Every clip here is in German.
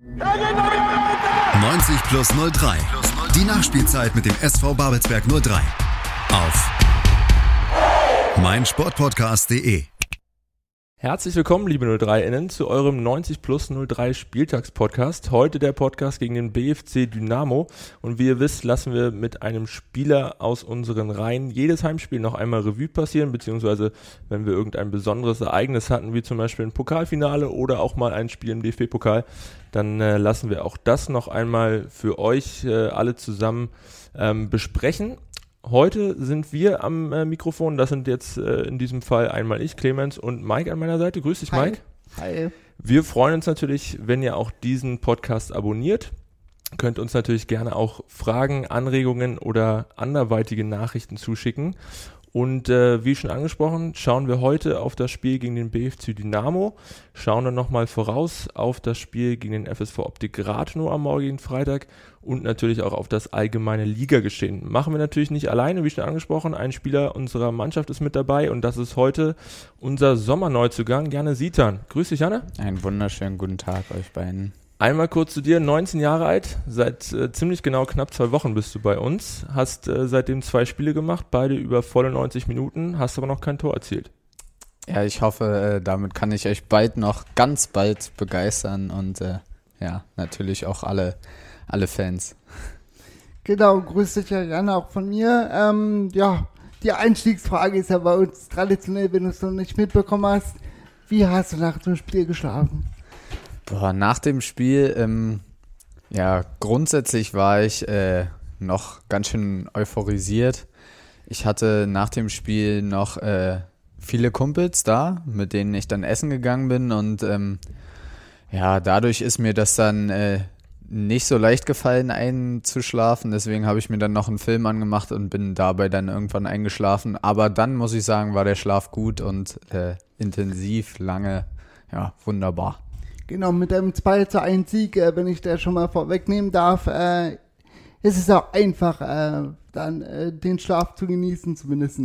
90 plus 03. Die Nachspielzeit mit dem SV Babelsberg 03. Auf meinsportpodcast.de. Herzlich willkommen, liebe 03-Innen, zu eurem 90 plus 03 Spieltagspodcast. Heute der Podcast gegen den BFC Dynamo. Und wie ihr wisst, lassen wir mit einem Spieler aus unseren Reihen jedes Heimspiel noch einmal Revue passieren, beziehungsweise wenn wir irgendein besonderes Ereignis hatten, wie zum Beispiel ein Pokalfinale oder auch mal ein Spiel im DFB-Pokal, dann lassen wir auch das noch einmal für euch alle zusammen besprechen. Heute sind wir am Mikrofon, das sind jetzt in diesem Fall einmal ich, Clemens, und Mike an meiner Seite. Grüß dich, Mike. Hi. Wir freuen uns natürlich, wenn ihr auch diesen Podcast abonniert. Könnt uns natürlich gerne auch Fragen, Anregungen oder anderweitige Nachrichten zuschicken. Und wie schon angesprochen, schauen wir heute auf das Spiel gegen den BFC Dynamo, schauen dann nochmal voraus auf das Spiel gegen den FSV Optik Rathenow am morgigen Freitag und natürlich auch auf das allgemeine Ligageschehen. Machen wir natürlich nicht alleine, wie schon angesprochen, ein Spieler unserer Mannschaft ist mit dabei und das ist heute unser Sommerneuzugang, Janne Sitan. Grüß dich, Janne. Einen wunderschönen guten Tag euch beiden. Einmal kurz zu dir, 19 Jahre alt, seit ziemlich genau knapp 2 Wochen bist du bei uns, hast seitdem 2 Spiele gemacht, beide über volle 90 Minuten, hast aber noch kein Tor erzielt. Ja, ich hoffe, damit kann ich euch ganz bald begeistern und natürlich auch alle Fans. Genau, grüß dich ja gerne auch von mir. Die Einstiegsfrage ist ja bei uns traditionell, wenn du es noch nicht mitbekommen hast, wie hast du nach dem Spiel geschlafen? Nach dem Spiel, grundsätzlich war ich noch ganz schön euphorisiert. Ich hatte nach dem Spiel noch viele Kumpels da, mit denen ich dann essen gegangen bin und dadurch ist mir das dann nicht so leicht gefallen einzuschlafen, deswegen habe ich mir dann noch einen Film angemacht und bin dabei dann irgendwann eingeschlafen, aber dann muss ich sagen, war der Schlaf gut und intensiv, lange, wunderbar. Genau, mit einem 2:1 Sieg, wenn ich das schon mal vorwegnehmen darf, ist es auch einfach, dann den Schlaf zu genießen zumindest.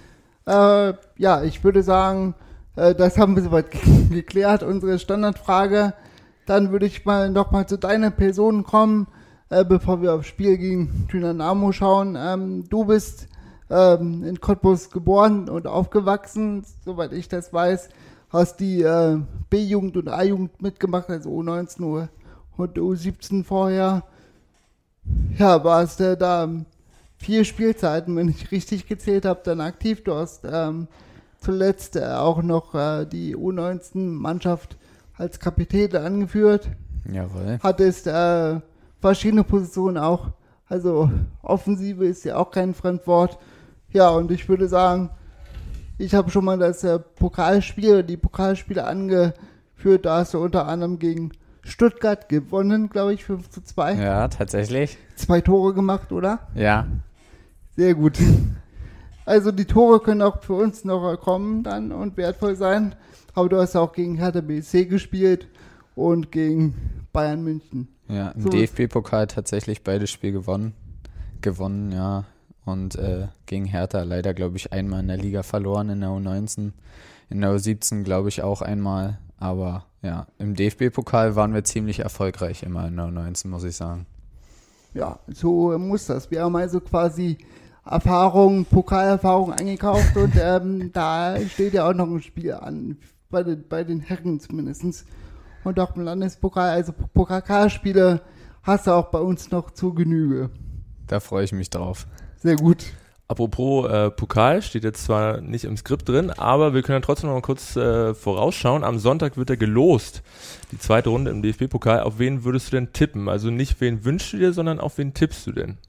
Ich würde sagen, das haben wir soweit geklärt, unsere Standardfrage. Dann würde ich nochmal zu deiner Person kommen, bevor wir aufs Spiel gegen Dynamo schauen. Du bist in Cottbus geboren und aufgewachsen, soweit ich das weiß. Hast die B-Jugend und A-Jugend mitgemacht, also U19 und U17 vorher. Ja, warst da 4 Spielzeiten, wenn ich richtig gezählt habe, dann aktiv. Du hast zuletzt auch noch die U19-Mannschaft als Kapitän angeführt. Jawohl. Hattest verschiedene Positionen auch. Also Offensive ist ja auch kein Fremdwort. Ja, und ich würde sagen, ich habe schon mal die Pokalspiele angeführt. Da hast du unter anderem gegen Stuttgart gewonnen, glaube ich, 5:2. Ja, tatsächlich. 2 Tore gemacht, oder? Ja. Sehr gut. Also die Tore können auch für uns noch kommen dann und wertvoll sein. Aber du hast auch gegen Hertha BSC gespielt und gegen Bayern München. Ja, im DFB-Pokal tatsächlich beides Spiel gewonnen, ja. Und gegen Hertha leider, glaube ich, einmal in der Liga verloren in der U19. In der U17, glaube ich, auch einmal. Aber ja, im DFB-Pokal waren wir ziemlich erfolgreich immer in der U19, muss ich sagen. Ja, so muss das. Wir haben also quasi Pokalerfahrung eingekauft und da steht ja auch noch ein Spiel an, bei den Herren zumindest. Und auch im Landespokal, also Pokalspiele hast du auch bei uns noch zur Genüge. Da freue ich mich drauf. Sehr gut. Apropos Pokal, steht jetzt zwar nicht im Skript drin, aber wir können ja trotzdem noch mal kurz vorausschauen. Am Sonntag wird er gelost, die 2. Runde im DFB-Pokal. Auf wen würdest du denn tippen? Also nicht wen wünschst du dir, sondern auf wen tippst du denn?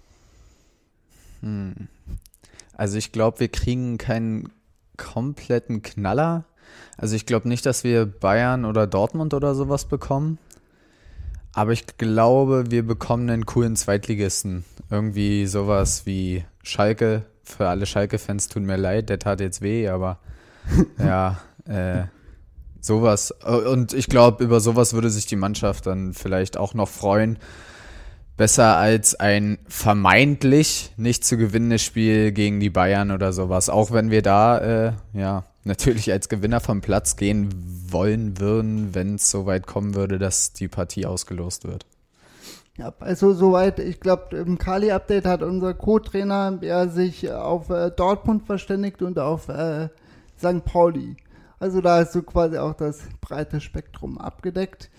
Also ich glaube, wir kriegen keinen kompletten Knaller. Also ich glaube nicht, dass wir Bayern oder Dortmund oder sowas bekommen. Aber ich glaube, wir bekommen einen coolen Zweitligisten. Irgendwie sowas wie Schalke. Für alle Schalke-Fans tut mir leid, der tat jetzt weh, aber sowas. Und ich glaube, über sowas würde sich die Mannschaft dann vielleicht auch noch freuen. besser als ein vermeintlich nicht zu gewinnendes Spiel gegen die Bayern oder sowas. Auch wenn wir da natürlich als Gewinner vom Platz gehen wollen würden, wenn es so weit kommen würde, dass die Partie ausgelost wird. Ja, also soweit, ich glaube, im Kali-Update hat unser Co-Trainer sich auf Dortmund verständigt und auf St. Pauli. Also da hast du quasi auch das breite Spektrum abgedeckt.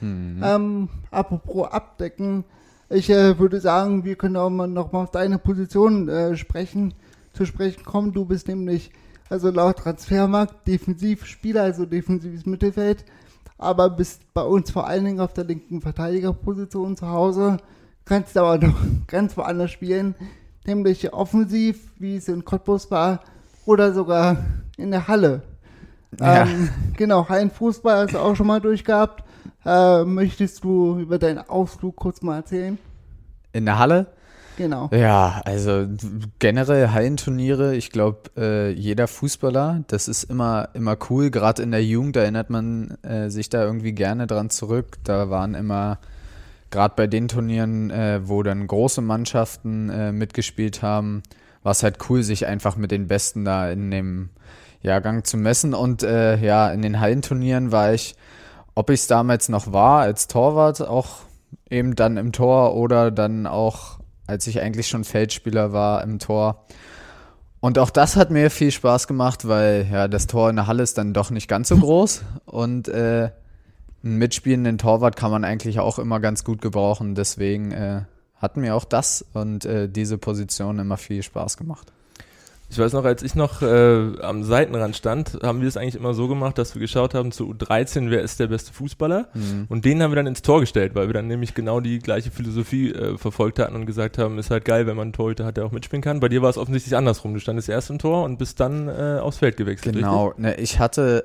Apropos abdecken, ich würde sagen, wir können auch noch mal auf deine Position zu sprechen kommen. Du bist nämlich, also laut Transfermarkt, Defensivspieler, also defensives Mittelfeld, aber bist bei uns vor allen Dingen auf der linken Verteidigerposition zu Hause, kannst aber noch ganz woanders spielen, nämlich offensiv, wie es in Cottbus war, oder sogar in der Halle. Ja. Genau, Hallenfußball hast du auch schon mal durchgehabt. Möchtest du über deinen Ausflug kurz mal erzählen? In der Halle? Genau. Ja, also generell Hallenturniere, ich glaube, jeder Fußballer, das ist immer cool, gerade in der Jugend erinnert man sich da irgendwie gerne dran zurück. Da waren immer, gerade bei den Turnieren, wo dann große Mannschaften mitgespielt haben, war es halt cool, sich einfach mit den Besten da in dem Jahrgang zu messen. Und in den Hallenturnieren war ich, ob ich es damals noch war, als Torwart, auch eben dann im Tor oder dann auch, als ich eigentlich schon Feldspieler war, im Tor. Und auch das hat mir viel Spaß gemacht, weil ja das Tor in der Halle ist dann doch nicht ganz so groß und einen mitspielenden Torwart kann man eigentlich auch immer ganz gut gebrauchen. Deswegen hat mir auch das und diese Position immer viel Spaß gemacht. Ich weiß noch, als ich noch am Seitenrand stand, haben wir es eigentlich immer so gemacht, dass wir geschaut haben zu U13, wer ist der beste Fußballer, und den haben wir dann ins Tor gestellt, weil wir dann nämlich genau die gleiche Philosophie verfolgt hatten und gesagt haben, ist halt geil, wenn man einen Torhüter hat, der auch mitspielen kann. Bei dir war es offensichtlich andersrum, du standest erst im Tor und bist dann aufs Feld gewechselt. Genau, ne, ich hatte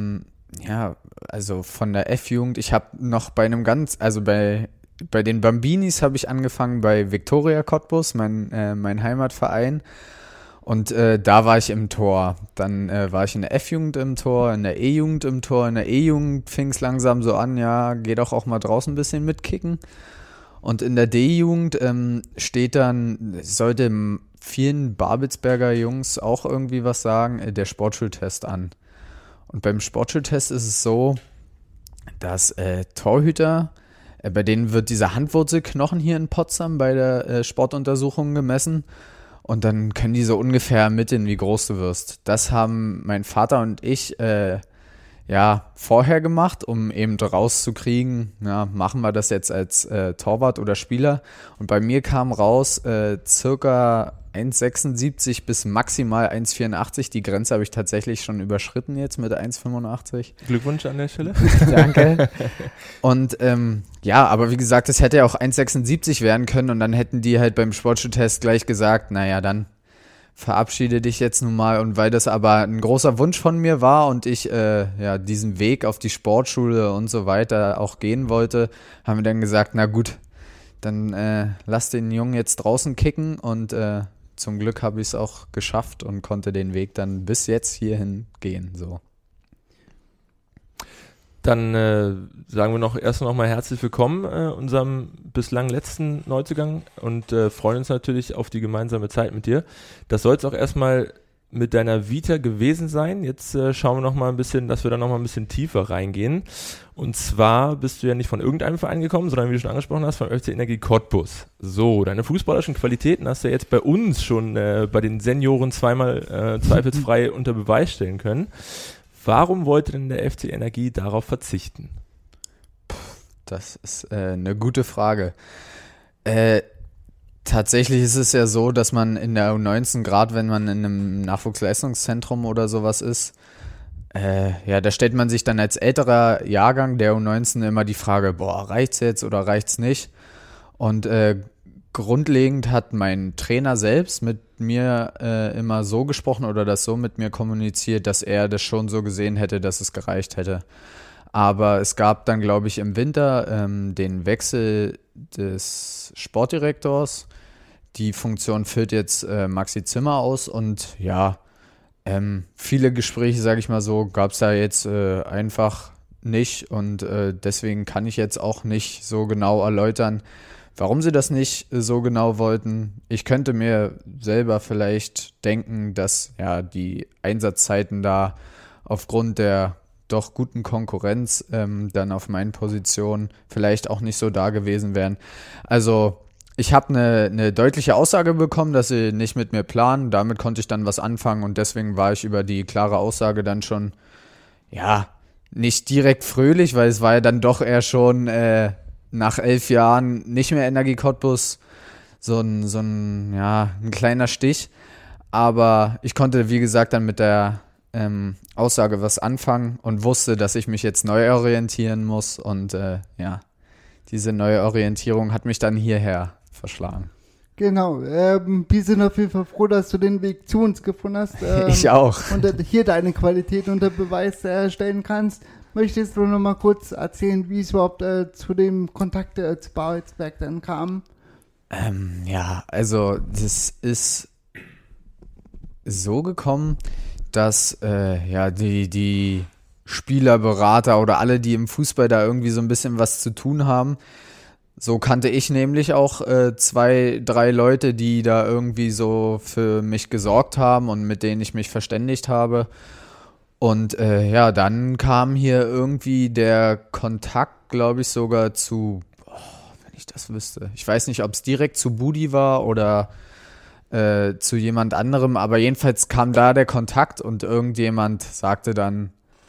also von der F-Jugend, ich habe noch bei einem bei den Bambinis habe ich angefangen bei Viktoria Cottbus, mein Heimatverein. Und da war ich im Tor. Dann war ich in der F-Jugend im Tor, in der E-Jugend im Tor. In der E-Jugend fing es langsam so an, ja, geh doch auch mal draußen ein bisschen mitkicken. Und in der D-Jugend steht dann, sollte vielen Babelsberger Jungs auch irgendwie was sagen, der Sportschultest an. Und beim Sportschultest ist es so, dass Torhüter, bei denen wird dieser Handwurzelknochen hier in Potsdam bei der Sportuntersuchung gemessen. Und dann können die so ungefähr ermitteln, wie groß du wirst. Das haben mein Vater und ich vorher gemacht, um eben rauszukriegen, machen wir das jetzt als Torwart oder Spieler. Und bei mir kam raus circa 1,76 bis maximal 1,84. Die Grenze habe ich tatsächlich schon überschritten jetzt mit 1,85. Glückwunsch an der Stelle. Danke. Und aber wie gesagt, es hätte ja auch 1,76 werden können und dann hätten die halt beim Sportschultest gleich gesagt, naja, dann verabschiede dich jetzt nun mal. Und weil das aber ein großer Wunsch von mir war und ich diesen Weg auf die Sportschule und so weiter auch gehen wollte, haben wir dann gesagt, na gut, dann lass den Jungen jetzt draußen kicken und zum Glück habe ich es auch geschafft und konnte den Weg dann bis jetzt hierhin gehen. So. Dann sagen wir erst noch mal herzlich willkommen unserem bislang letzten Neuzugang und freuen uns natürlich auf die gemeinsame Zeit mit dir. Das soll es auch erstmal mit deiner Vita gewesen sein. Jetzt schauen wir noch mal ein bisschen, dass wir da noch mal ein bisschen tiefer reingehen. Und zwar bist du ja nicht von irgendeinem Verein gekommen, sondern wie du schon angesprochen hast, vom FC Energie Cottbus. So, deine fußballerischen Qualitäten hast du ja jetzt bei uns schon bei den Senioren zweimal zweifelsfrei unter Beweis stellen können. Warum wollte denn der FC Energie darauf verzichten? Das ist eine gute Frage. Tatsächlich ist es ja so, dass man in der U19, gerade wenn man in einem Nachwuchsleistungszentrum oder sowas ist, da stellt man sich dann als älterer Jahrgang der U19 immer die Frage, reicht's jetzt oder reicht's nicht? Und grundlegend hat mein Trainer selbst mit mir immer so gesprochen oder das so mit mir kommuniziert, dass er das schon so gesehen hätte, dass es gereicht hätte. Aber es gab dann, glaube ich, im Winter den Wechsel des Sportdirektors. Die Funktion füllt jetzt Maxi Zimmer aus und viele Gespräche, sage ich mal so, gab es da jetzt einfach nicht und deswegen kann ich jetzt auch nicht so genau erläutern, warum sie das nicht so genau wollten. Ich könnte mir selber vielleicht denken, dass ja die Einsatzzeiten da aufgrund der doch guten Konkurrenz dann auf meinen Positionen vielleicht auch nicht so da gewesen wären. Also ich habe eine deutliche Aussage bekommen, dass sie nicht mit mir planen. Damit konnte ich dann was anfangen und deswegen war ich über die klare Aussage dann schon, ja, nicht direkt fröhlich, weil es war ja dann doch eher schon nach 11 Jahren nicht mehr Energie Cottbus so ein kleiner Stich. Aber ich konnte, wie gesagt, dann mit der Aussage was anfangen und wusste, dass ich mich jetzt neu orientieren muss und diese neue Orientierung hat mich dann hierher verschlagen. Genau, wir sind auf jeden Fall froh, dass du den Weg zu uns gefunden hast. Ich auch. Und hier deine Qualität unter Beweis stellen kannst. Möchtest du noch mal kurz erzählen, wie es überhaupt zu dem Kontakt zu Babelsberg dann kam? Also das ist so gekommen, dass die Spielerberater oder alle, die im Fußball da irgendwie so ein bisschen was zu tun haben, so kannte ich nämlich auch 2, 3 Leute, die da irgendwie so für mich gesorgt haben und mit denen ich mich verständigt habe. Und dann kam hier irgendwie der Kontakt, glaube ich, sogar zu, wenn ich das wüsste. Ich weiß nicht, ob es direkt zu Budi war oder zu jemand anderem, aber jedenfalls kam da der Kontakt und irgendjemand sagte dann,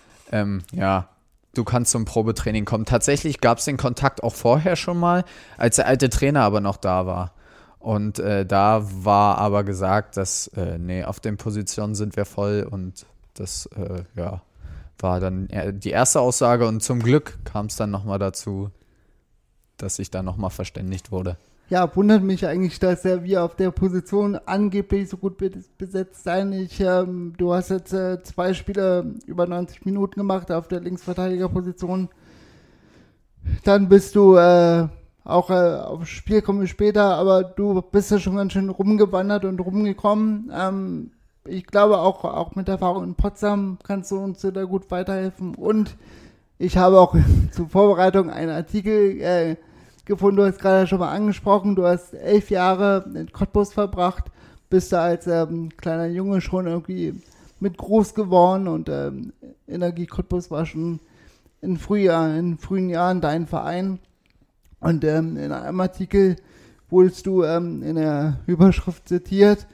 du kannst zum Probetraining kommen. Tatsächlich gab es den Kontakt auch vorher schon mal, als der alte Trainer aber noch da war. Und da war aber gesagt, dass, auf den Positionen sind wir voll und das, war dann die erste Aussage und zum Glück kam es dann nochmal dazu, dass ich da nochmal verständigt wurde. Ja, wundert mich eigentlich, dass wir auf der Position angeblich so gut besetzt sein. Du hast jetzt 2 Spiele über 90 Minuten gemacht auf der Linksverteidigerposition. Dann bist du auch aufs Spiel kommen wir später, aber du bist ja schon ganz schön rumgewandert und rumgekommen. Ich glaube auch mit Erfahrung in Potsdam kannst du uns da gut weiterhelfen. Und ich habe auch zur Vorbereitung einen Artikel gefunden, du hast gerade schon mal angesprochen, du hast 11 Jahre in Cottbus verbracht, bist da als kleiner Junge schon irgendwie mit groß geworden und Energie Cottbus war schon in frühen Jahren dein Verein und in einem Artikel wurdest du in der Überschrift zitiert,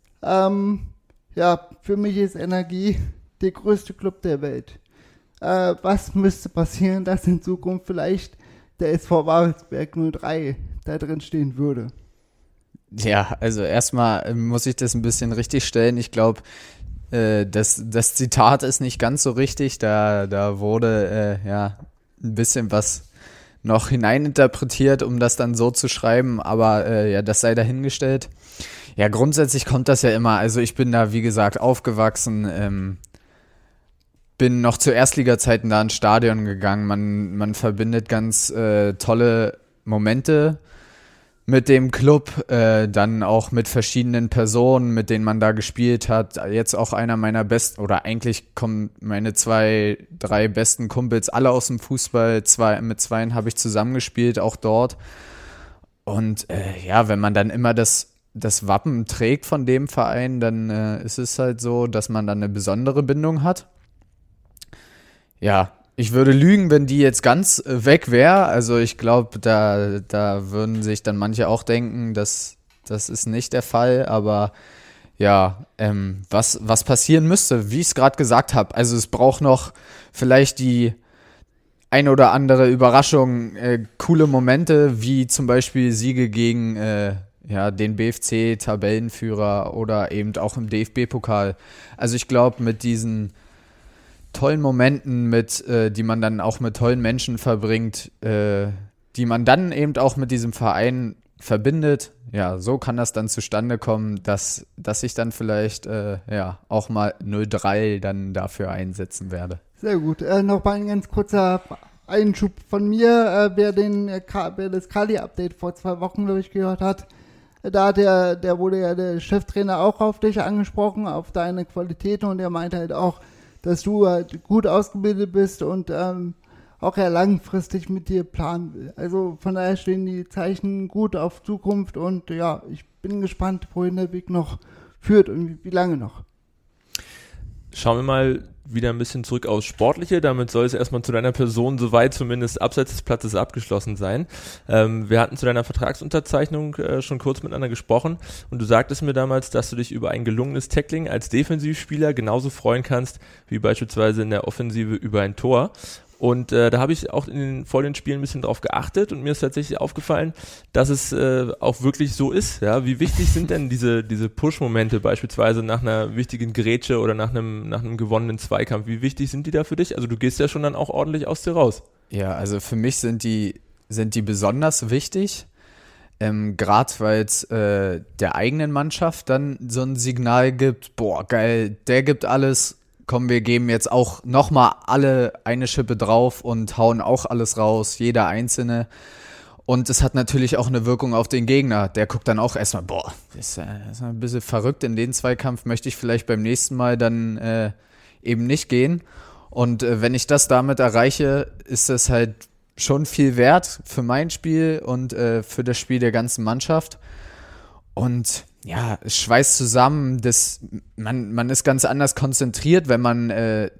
für mich ist Energie der größte Club der Welt. Was müsste passieren, dass in Zukunft vielleicht der SV Babelsberg 03 da drin stehen würde? Ja, also erstmal muss ich das ein bisschen richtig stellen. Ich glaube, das Zitat ist nicht ganz so richtig. Da wurde ein bisschen was noch hineininterpretiert, um das dann so zu schreiben. Aber das sei dahingestellt. Ja, grundsätzlich kommt das ja immer. Also ich bin da, wie gesagt, aufgewachsen, bin noch zu Erstliga-Zeiten da ins Stadion gegangen. Man verbindet ganz tolle Momente mit dem Club, dann auch mit verschiedenen Personen, mit denen man da gespielt hat. Jetzt auch einer meiner besten, oder eigentlich kommen meine 2, 3 besten Kumpels alle aus dem Fußball. Mit 2 habe ich zusammengespielt, auch dort. Und wenn man dann immer das Wappen trägt von dem Verein, dann ist es halt so, dass man dann eine besondere Bindung hat. Ja, ich würde lügen, wenn die jetzt ganz weg wäre. Also ich glaube, da würden sich dann manche auch denken, das ist nicht der Fall. Aber ja, was passieren müsste, wie ich es gerade gesagt habe. Also es braucht noch vielleicht die eine oder andere Überraschung, coole Momente, wie zum Beispiel Siege gegen den BFC-Tabellenführer oder eben auch im DFB-Pokal. Also ich glaube, mit diesen tollen Momenten, die man dann auch mit tollen Menschen verbringt, die man dann eben auch mit diesem Verein verbindet, ja, so kann das dann zustande kommen, dass ich dann vielleicht auch mal 03 dann dafür einsetzen werde. Sehr gut. Noch mal ein ganz kurzer Einschub von mir. Wer das Kali-Update vor 2 Wochen, glaube ich, gehört hat, da wurde ja der Cheftrainer auch auf dich angesprochen, auf deine Qualitäten und er meinte halt auch, dass du halt gut ausgebildet bist und auch eher langfristig mit dir planen will. Also von daher stehen die Zeichen gut auf Zukunft und ja, ich bin gespannt, wohin der Weg noch führt und wie lange noch. Schauen wir mal wieder ein bisschen zurück aufs Sportliche. Damit soll es erstmal zu deiner Person soweit zumindest abseits des Platzes abgeschlossen sein. Wir hatten zu deiner Vertragsunterzeichnung schon kurz miteinander gesprochen und du sagtest mir damals, dass du dich über ein gelungenes Tackling als Defensivspieler genauso freuen kannst, wie beispielsweise in der Offensive über ein Tor. Und da habe ich auch vor den Spielen ein bisschen drauf geachtet und mir ist tatsächlich aufgefallen, dass es auch wirklich so ist. Ja? Wie wichtig sind denn diese Push-Momente beispielsweise nach einer wichtigen Grätsche oder nach einem gewonnenen Zweikampf? Wie wichtig sind die da für dich? Also du gehst ja schon dann auch ordentlich aus dir raus. Ja, also für mich sind die besonders wichtig, gerade weil es der eigenen Mannschaft dann so ein Signal gibt, boah geil, der gibt alles, komm, wir geben jetzt auch nochmal alle eine Schippe drauf und hauen auch alles raus, jeder Einzelne. Und es hat natürlich auch eine Wirkung auf den Gegner. Der guckt dann auch erstmal, boah, das ist ein bisschen verrückt, in den Zweikampf möchte ich vielleicht beim nächsten Mal dann eben nicht gehen. Und wenn ich das damit erreiche, ist das halt schon viel wert für mein Spiel und für das Spiel der ganzen Mannschaft. Und ja, es schweißt zusammen, man ist ganz anders konzentriert, wenn man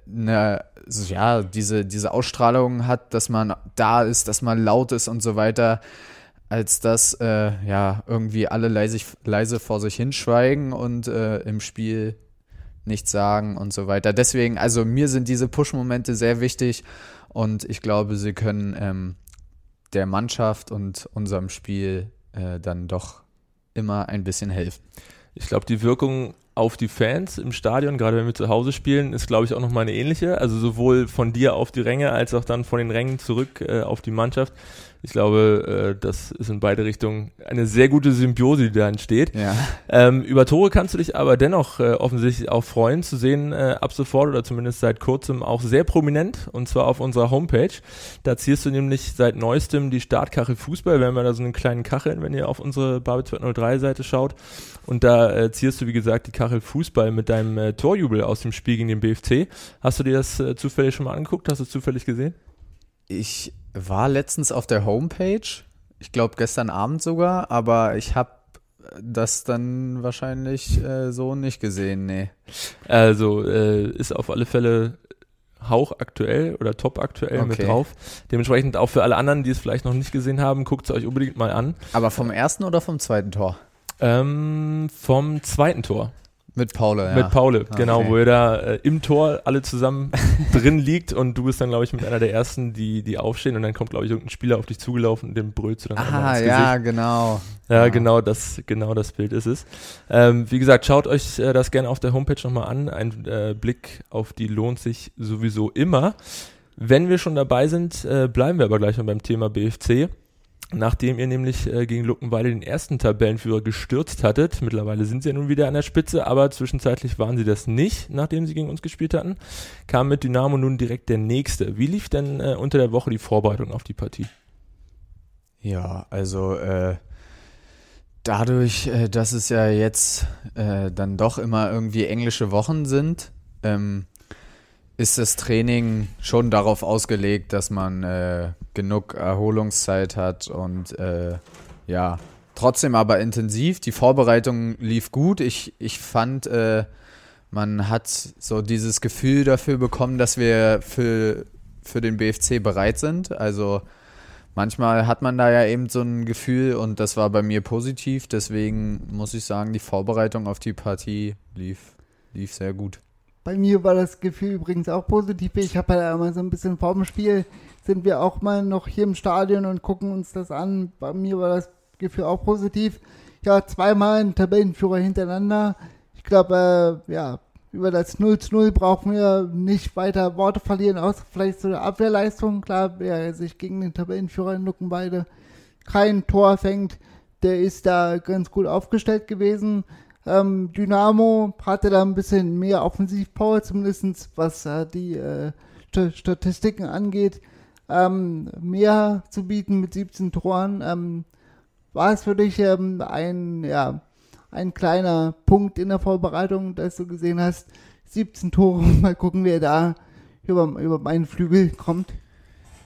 diese Ausstrahlung hat, dass man da ist, dass man laut ist und so weiter, als dass irgendwie alle leise vor sich hinschweigen und im Spiel nichts sagen und so weiter. Deswegen, also mir sind diese Push-Momente sehr wichtig und ich glaube, sie können der Mannschaft und unserem Spiel dann doch immer ein bisschen helfen. Ich glaube, die Wirkung auf die Fans im Stadion, gerade wenn wir zu Hause spielen, ist, glaube ich, auch nochmal eine ähnliche. Also sowohl von dir auf die Ränge, als auch dann von den Rängen zurück auf die Mannschaft. Ich glaube, das ist in beide Richtungen eine sehr gute Symbiose, die da entsteht. Ja. Über Tore kannst du dich aber dennoch offensichtlich auch freuen, zu sehen ab sofort oder zumindest seit kurzem auch sehr prominent, und zwar auf unserer Homepage. Da ziehst du nämlich seit neuestem die Startkachel Fußball. Wir haben ja da so einen kleinen Kacheln, wenn ihr auf unsere Babelsberg 03 Seite schaut. Und da ziehst du, wie gesagt, die Kachel Fußball mit deinem Torjubel aus dem Spiel gegen den BFC. Hast du dir das zufällig schon mal angeguckt? Hast du es zufällig gesehen? Ich war letztens auf der Homepage, ich glaube gestern Abend sogar, aber ich habe das dann wahrscheinlich so nicht gesehen, nee. Also ist auf alle Fälle hauchaktuell oder topaktuell mit drauf. Dementsprechend auch für alle anderen, die es vielleicht noch nicht gesehen haben, guckt es euch unbedingt mal an. Aber vom ersten oder vom zweiten Tor? Vom zweiten Tor. Mit Paule, ja. Mit Paule, genau, wo ihr da im Tor alle zusammen drin liegt und du bist dann, glaube ich, mit einer der Ersten, die aufstehen und dann kommt, glaube ich, irgendein Spieler auf dich zugelaufen und dem brüllst du dann einmal ins Gesicht. Ja, genau. Ja, genau das Bild ist es. Wie gesagt, schaut euch das gerne auf der Homepage nochmal an. Ein Blick auf die lohnt sich sowieso immer. Wenn wir schon dabei sind, bleiben wir aber gleich mal beim Thema BFC. Nachdem ihr nämlich gegen Luckenwalde den ersten Tabellenführer gestürzt hattet, mittlerweile sind sie ja nun wieder an der Spitze, aber zwischenzeitlich waren sie das nicht, nachdem sie gegen uns gespielt hatten, kam mit Dynamo nun direkt der nächste. Wie lief denn unter der Woche die Vorbereitung auf die Partie? Ja, also dadurch, dass es ja jetzt dann doch immer irgendwie englische Wochen sind, ist das Training schon darauf ausgelegt, dass man genug Erholungszeit hat und trotzdem aber intensiv. Die Vorbereitung lief gut. Ich fand, man hat so dieses Gefühl dafür bekommen, dass wir für den BFC bereit sind. Also manchmal hat man da ja eben so ein Gefühl und das war bei mir positiv. Deswegen muss ich sagen, die Vorbereitung auf die Partie lief sehr gut. Bei mir war das Gefühl übrigens auch positiv. Ich habe halt einmal so ein bisschen vor dem Spiel, sind wir auch mal noch hier im Stadion und gucken uns das an. Bei mir war das Gefühl auch positiv. Ja, zweimal ein Tabellenführer hintereinander. Ich glaube, über das 0:0 brauchen wir nicht weiter Worte verlieren, außer vielleicht so eine Abwehrleistung. Klar, wer sich gegen den Tabellenführer in Luckenwalde kein Tor fängt, der ist da ganz gut aufgestellt gewesen. Dynamo hatte da ein bisschen mehr Offensivpower, zumindest was die Statistiken angeht, mehr zu bieten mit 17 Toren. War es für dich ein kleiner Punkt in der Vorbereitung, dass du gesehen hast, 17 Tore, mal gucken, wer da über meinen Flügel kommt?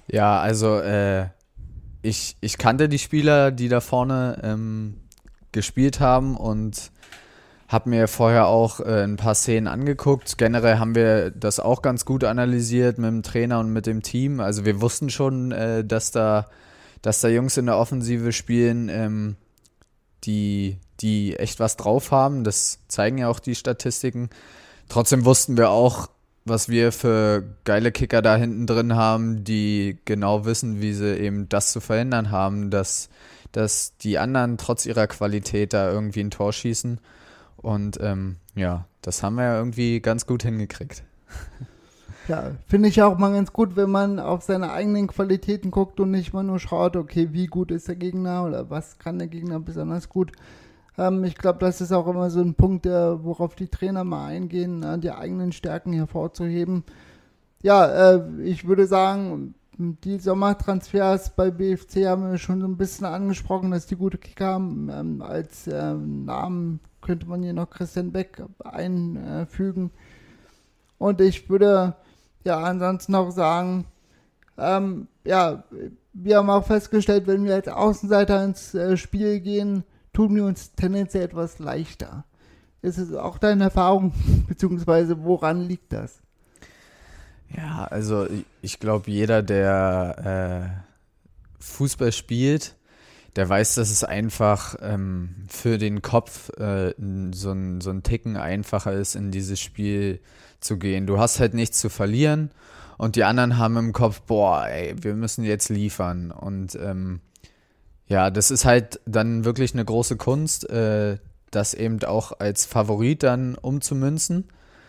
Ja, also ich kannte die Spieler, die da vorne gespielt haben und habe mir vorher auch ein paar Szenen angeguckt. Generell haben wir das auch ganz gut analysiert mit dem Trainer und mit dem Team. Also wir wussten schon, dass da Jungs in der Offensive spielen, die echt was drauf haben. Das zeigen ja auch die Statistiken. Trotzdem wussten wir auch, was wir für geile Kicker da hinten drin haben, die genau wissen, wie sie eben das zu verhindern haben, dass die anderen trotz ihrer Qualität da irgendwie ein Tor schießen. Und das haben wir ja irgendwie ganz gut hingekriegt. Ja, finde ich auch mal ganz gut, wenn man auf seine eigenen Qualitäten guckt und nicht mal nur schaut, okay, wie gut ist der Gegner oder was kann der Gegner besonders gut. Ich glaube, das ist auch immer so ein Punkt, worauf die Trainer mal eingehen, die eigenen Stärken hervorzuheben. Ja, ich würde sagen, die Sommertransfers bei BFC haben wir schon so ein bisschen angesprochen, dass die gute Kicker haben. Als Namen könnte man hier noch Christian Beck einfügen. Und ich würde ansonsten noch sagen, wir haben auch festgestellt, wenn wir als Außenseiter ins Spiel gehen, tun wir uns tendenziell etwas leichter. Ist es auch deine Erfahrung, beziehungsweise woran liegt das? Ja, also ich glaube, jeder, der Fußball spielt, der weiß, dass es einfach für den Kopf so ein Ticken einfacher ist, in dieses Spiel zu gehen. Du hast halt nichts zu verlieren und die anderen haben im Kopf, wir müssen jetzt liefern. Und das ist halt dann wirklich eine große Kunst, das eben auch als Favorit dann umzumünzen.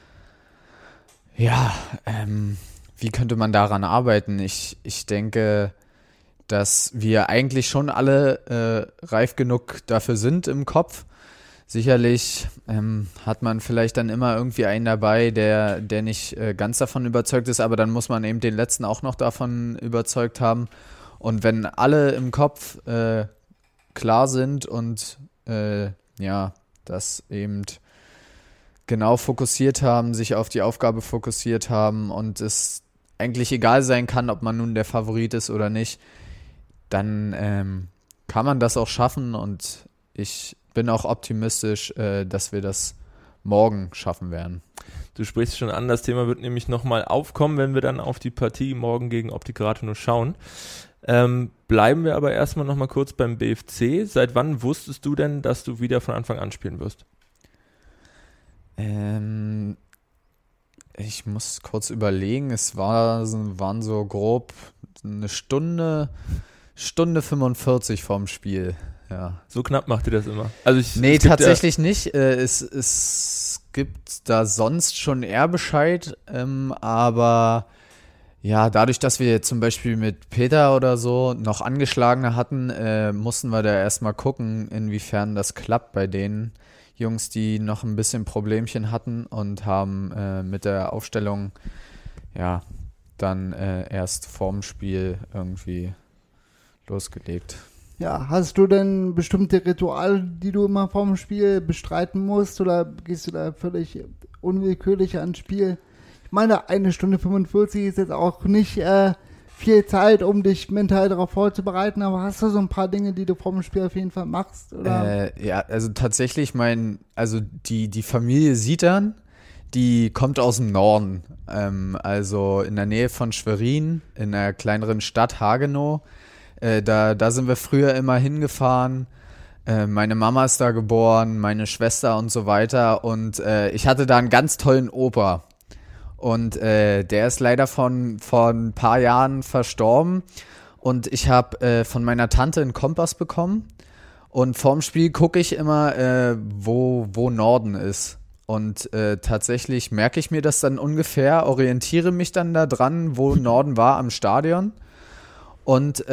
Ja, wie könnte man daran arbeiten? Ich denke, dass wir eigentlich schon alle reif genug dafür sind im Kopf. Sicherlich hat man vielleicht dann immer irgendwie einen dabei, der nicht ganz davon überzeugt ist, aber dann muss man eben den Letzten auch noch davon überzeugt haben. Und wenn alle im Kopf klar sind und das eben genau fokussiert haben, sich auf die Aufgabe fokussiert haben und es eigentlich egal sein kann, ob man nun der Favorit ist oder nicht, dann kann man das auch schaffen und ich bin auch optimistisch, dass wir das morgen schaffen werden. Du sprichst schon an, das Thema wird nämlich nochmal aufkommen, wenn wir dann auf die Partie morgen gegen Optik Rathenow schauen. Bleiben wir aber erstmal nochmal kurz beim BFC. Seit wann wusstest du denn, dass du wieder von Anfang an spielen wirst? Ich muss kurz überlegen, waren so grob eine Stunde 45 vorm Spiel. Ja. So knapp macht ihr das immer? Also tatsächlich nicht. Es gibt da sonst schon eher Bescheid, aber ja, dadurch, dass wir zum Beispiel mit Peter oder so noch Angeschlagene hatten, mussten wir da erstmal gucken, inwiefern das klappt bei den Jungs, die noch ein bisschen Problemchen hatten und haben mit der Aufstellung dann erst vorm Spiel irgendwie losgelegt. Ja, hast du denn bestimmte Rituale, die du immer vorm Spiel bestreiten musst oder gehst du da völlig unwillkürlich ans Spiel? Ich meine, 1 Stunde 45 ist jetzt auch nicht viel Zeit, um dich mental darauf vorzubereiten, aber hast du so ein paar Dinge, die du vorm Spiel auf jeden Fall machst? Oder? Also tatsächlich die Familie Sietern, die kommt aus dem Norden, also in der Nähe von Schwerin, in einer kleineren Stadt Hagenow. Da sind wir früher immer hingefahren. Meine Mama ist da geboren, meine Schwester und so weiter. Und ich hatte da einen ganz tollen Opa. Und der ist leider vor ein paar Jahren verstorben. Und ich habe von meiner Tante einen Kompass bekommen. Und vorm Spiel gucke ich immer, wo Norden ist. Und tatsächlich merke ich mir das dann ungefähr, orientiere mich dann da dran, wo Norden war am Stadion. Und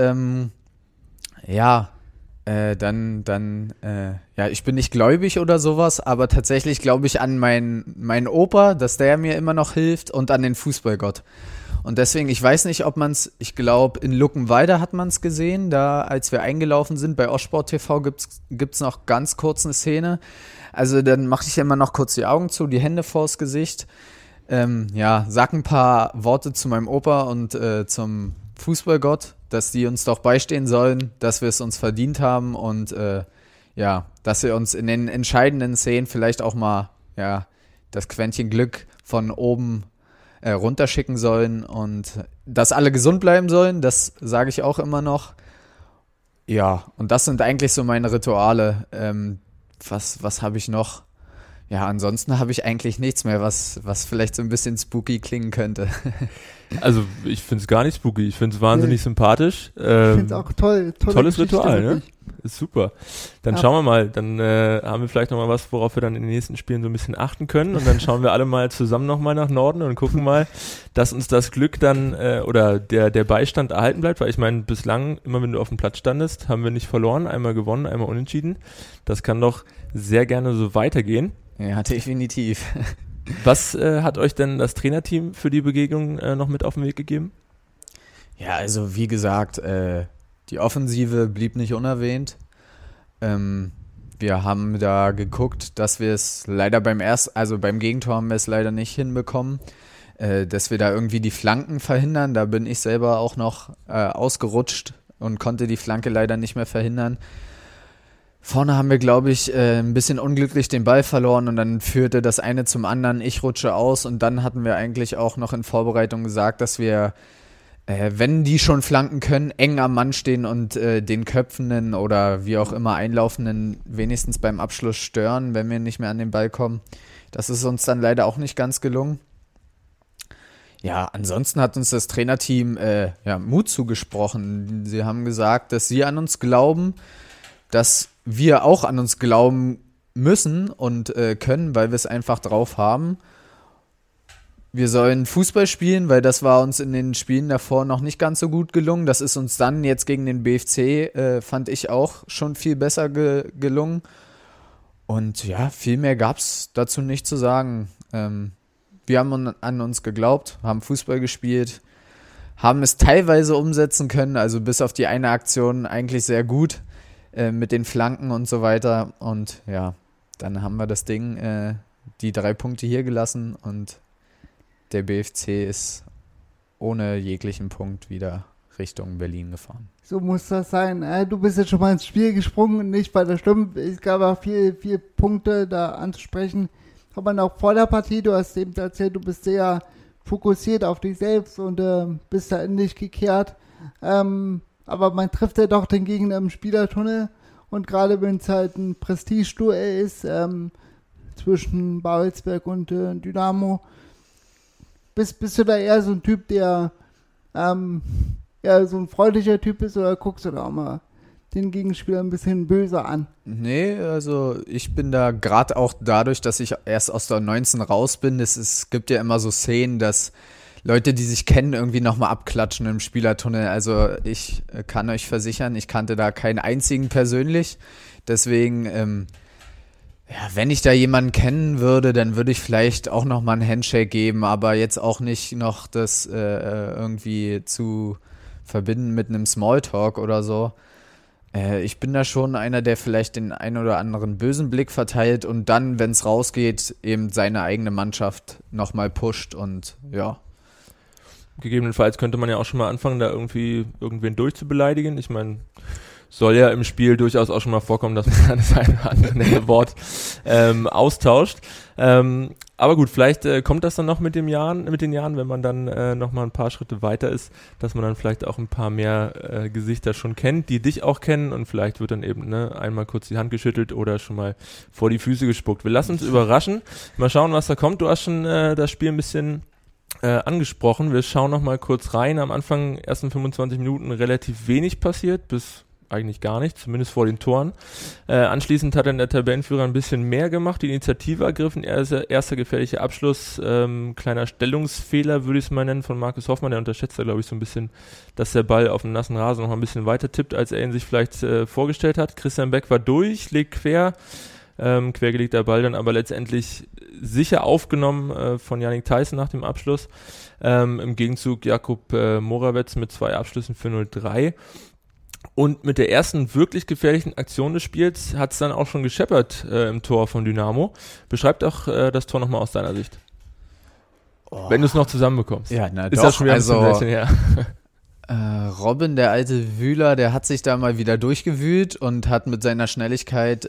ich bin nicht gläubig oder sowas, aber tatsächlich glaube ich an meinen Opa, dass der mir immer noch hilft und an den Fußballgott. Und deswegen, ich weiß nicht, ob man es, ich glaube, in Luckenwalde hat man es gesehen, da als wir eingelaufen sind, bei Ostsport TV gibt's noch ganz kurz eine Szene. Also dann mache ich immer noch kurz die Augen zu, die Hände vors Gesicht, sag ein paar Worte zu meinem Opa und zum Fußballgott, dass die uns doch beistehen sollen, dass wir es uns verdient haben und dass wir uns in den entscheidenden Szenen vielleicht auch mal das Quäntchen Glück von oben runterschicken sollen und dass alle gesund bleiben sollen, das sage ich auch immer noch. Ja, und das sind eigentlich so meine Rituale. Was habe ich noch? Ja, ansonsten habe ich eigentlich nichts mehr, was vielleicht so ein bisschen spooky klingen könnte. Also ich finde es gar nicht spooky, ich finde es wahnsinnig sympathisch. Ich finde es auch toll. Tolles Ritual, ne? Ist super. Dann schauen wir mal, dann haben wir vielleicht nochmal was, worauf wir dann in den nächsten Spielen so ein bisschen achten können und dann schauen wir alle mal zusammen nochmal nach Norden und gucken mal, dass uns das Glück dann oder der Beistand erhalten bleibt, weil ich meine, bislang, immer wenn du auf dem Platz standest, haben wir nicht verloren, einmal gewonnen, einmal unentschieden. Das kann doch sehr gerne so weitergehen. Ja, definitiv. Was hat euch denn das Trainerteam für die Begegnung noch mit auf den Weg gegeben? Ja, also wie gesagt, die Offensive blieb nicht unerwähnt. Wir haben da geguckt, dass wir es leider beim Gegentor haben wir es leider nicht hinbekommen, dass wir da irgendwie die Flanken verhindern. Da bin ich selber auch noch ausgerutscht und konnte die Flanke leider nicht mehr verhindern. Vorne haben wir, glaube ich, ein bisschen unglücklich den Ball verloren und dann führte das eine zum anderen. Ich rutsche aus und dann hatten wir eigentlich auch noch in Vorbereitung gesagt, dass wir, wenn die schon flanken können, eng am Mann stehen und den Köpfenden oder wie auch immer Einlaufenden wenigstens beim Abschluss stören, wenn wir nicht mehr an den Ball kommen. Das ist uns dann leider auch nicht ganz gelungen. Ja, ansonsten hat uns das Trainerteam Mut zugesprochen. Sie haben gesagt, dass sie an uns glauben, dass wir auch an uns glauben müssen und können, weil wir es einfach drauf haben. Wir sollen Fußball spielen, weil das war uns in den Spielen davor noch nicht ganz so gut gelungen. Das ist uns dann jetzt gegen den BFC, fand ich auch schon viel besser gelungen. Und ja, viel mehr gab es dazu nicht zu sagen. Wir haben an uns geglaubt, haben Fußball gespielt, haben es teilweise umsetzen können, also bis auf die eine Aktion eigentlich sehr gut. Mit den Flanken und so weiter. Und ja, dann haben wir das Ding, die 3 Punkte hier gelassen und der BFC ist ohne jeglichen Punkt wieder Richtung Berlin gefahren. So muss das sein. Du bist jetzt schon mal ins Spiel gesprungen und nicht weiter schlimm. Es gab auch viel Punkte da anzusprechen. Aber auch vor der Partie, du hast eben erzählt, du bist sehr fokussiert auf dich selbst und bist da in dich gekehrt. Aber man trifft ja doch den Gegner im Spielertunnel und gerade wenn es halt ein Prestige-Duell ist zwischen Babelsberg und Dynamo, bist du da eher so ein Typ, der so ein freundlicher Typ ist oder guckst du da auch mal den Gegenspieler ein bisschen böser an? Nee, also ich bin da gerade auch dadurch, dass ich erst aus der 19 raus bin, es gibt ja immer so Szenen, dass Leute, die sich kennen, irgendwie nochmal abklatschen im Spielertunnel. Also ich kann euch versichern, ich kannte da keinen einzigen persönlich. Deswegen, wenn ich da jemanden kennen würde, dann würde ich vielleicht auch nochmal einen Handshake geben, aber jetzt auch nicht noch das irgendwie zu verbinden mit einem Smalltalk oder so. Ich bin da schon einer, der vielleicht den einen oder anderen bösen Blick verteilt und dann, wenn es rausgeht, eben seine eigene Mannschaft nochmal pusht und ja. Gegebenenfalls könnte man ja auch schon mal anfangen, da irgendwie irgendwen durchzubeleidigen. Ich meine, soll ja im Spiel durchaus auch schon mal vorkommen, dass man das eine oder andere nette Wort austauscht. Aber gut, vielleicht kommt das dann noch mit den Jahren, wenn man dann noch mal ein paar Schritte weiter ist, dass man dann vielleicht auch ein paar mehr Gesichter schon kennt, die dich auch kennen und vielleicht wird dann eben einmal kurz die Hand geschüttelt oder schon mal vor die Füße gespuckt. Wir lassen uns überraschen. Mal schauen, was da kommt. Du hast schon das Spiel ein bisschen angesprochen. Wir schauen noch mal kurz rein. Am Anfang, ersten 25 Minuten relativ wenig passiert, bis eigentlich gar nichts, zumindest vor den Toren. Anschließend hat dann der Tabellenführer ein bisschen mehr gemacht, die Initiative ergriffen, erster gefährlicher Abschluss, kleiner Stellungsfehler, würde ich es mal nennen, von Markus Hoffmann, der unterschätzt da, glaube ich, so ein bisschen, dass der Ball auf dem nassen Rasen noch mal ein bisschen weiter tippt, als er ihn sich vielleicht vorgestellt hat. Christian Beck war durch, legt quergelegter Ball dann aber letztendlich sicher aufgenommen von Yannick Theissen nach dem Abschluss. Im Gegenzug Jakub Morawetz mit 2 Abschlüssen für 0-3. Und mit der ersten wirklich gefährlichen Aktion des Spiels hat es dann auch schon gescheppert im Tor von Dynamo. Beschreib doch das Tor nochmal aus deiner Sicht. Wenn du es noch zusammenbekommst. Ja, na ist doch, das schon wieder ein bisschen her. Robin, der alte Wühler, der hat sich da mal wieder durchgewühlt und hat mit seiner Schnelligkeit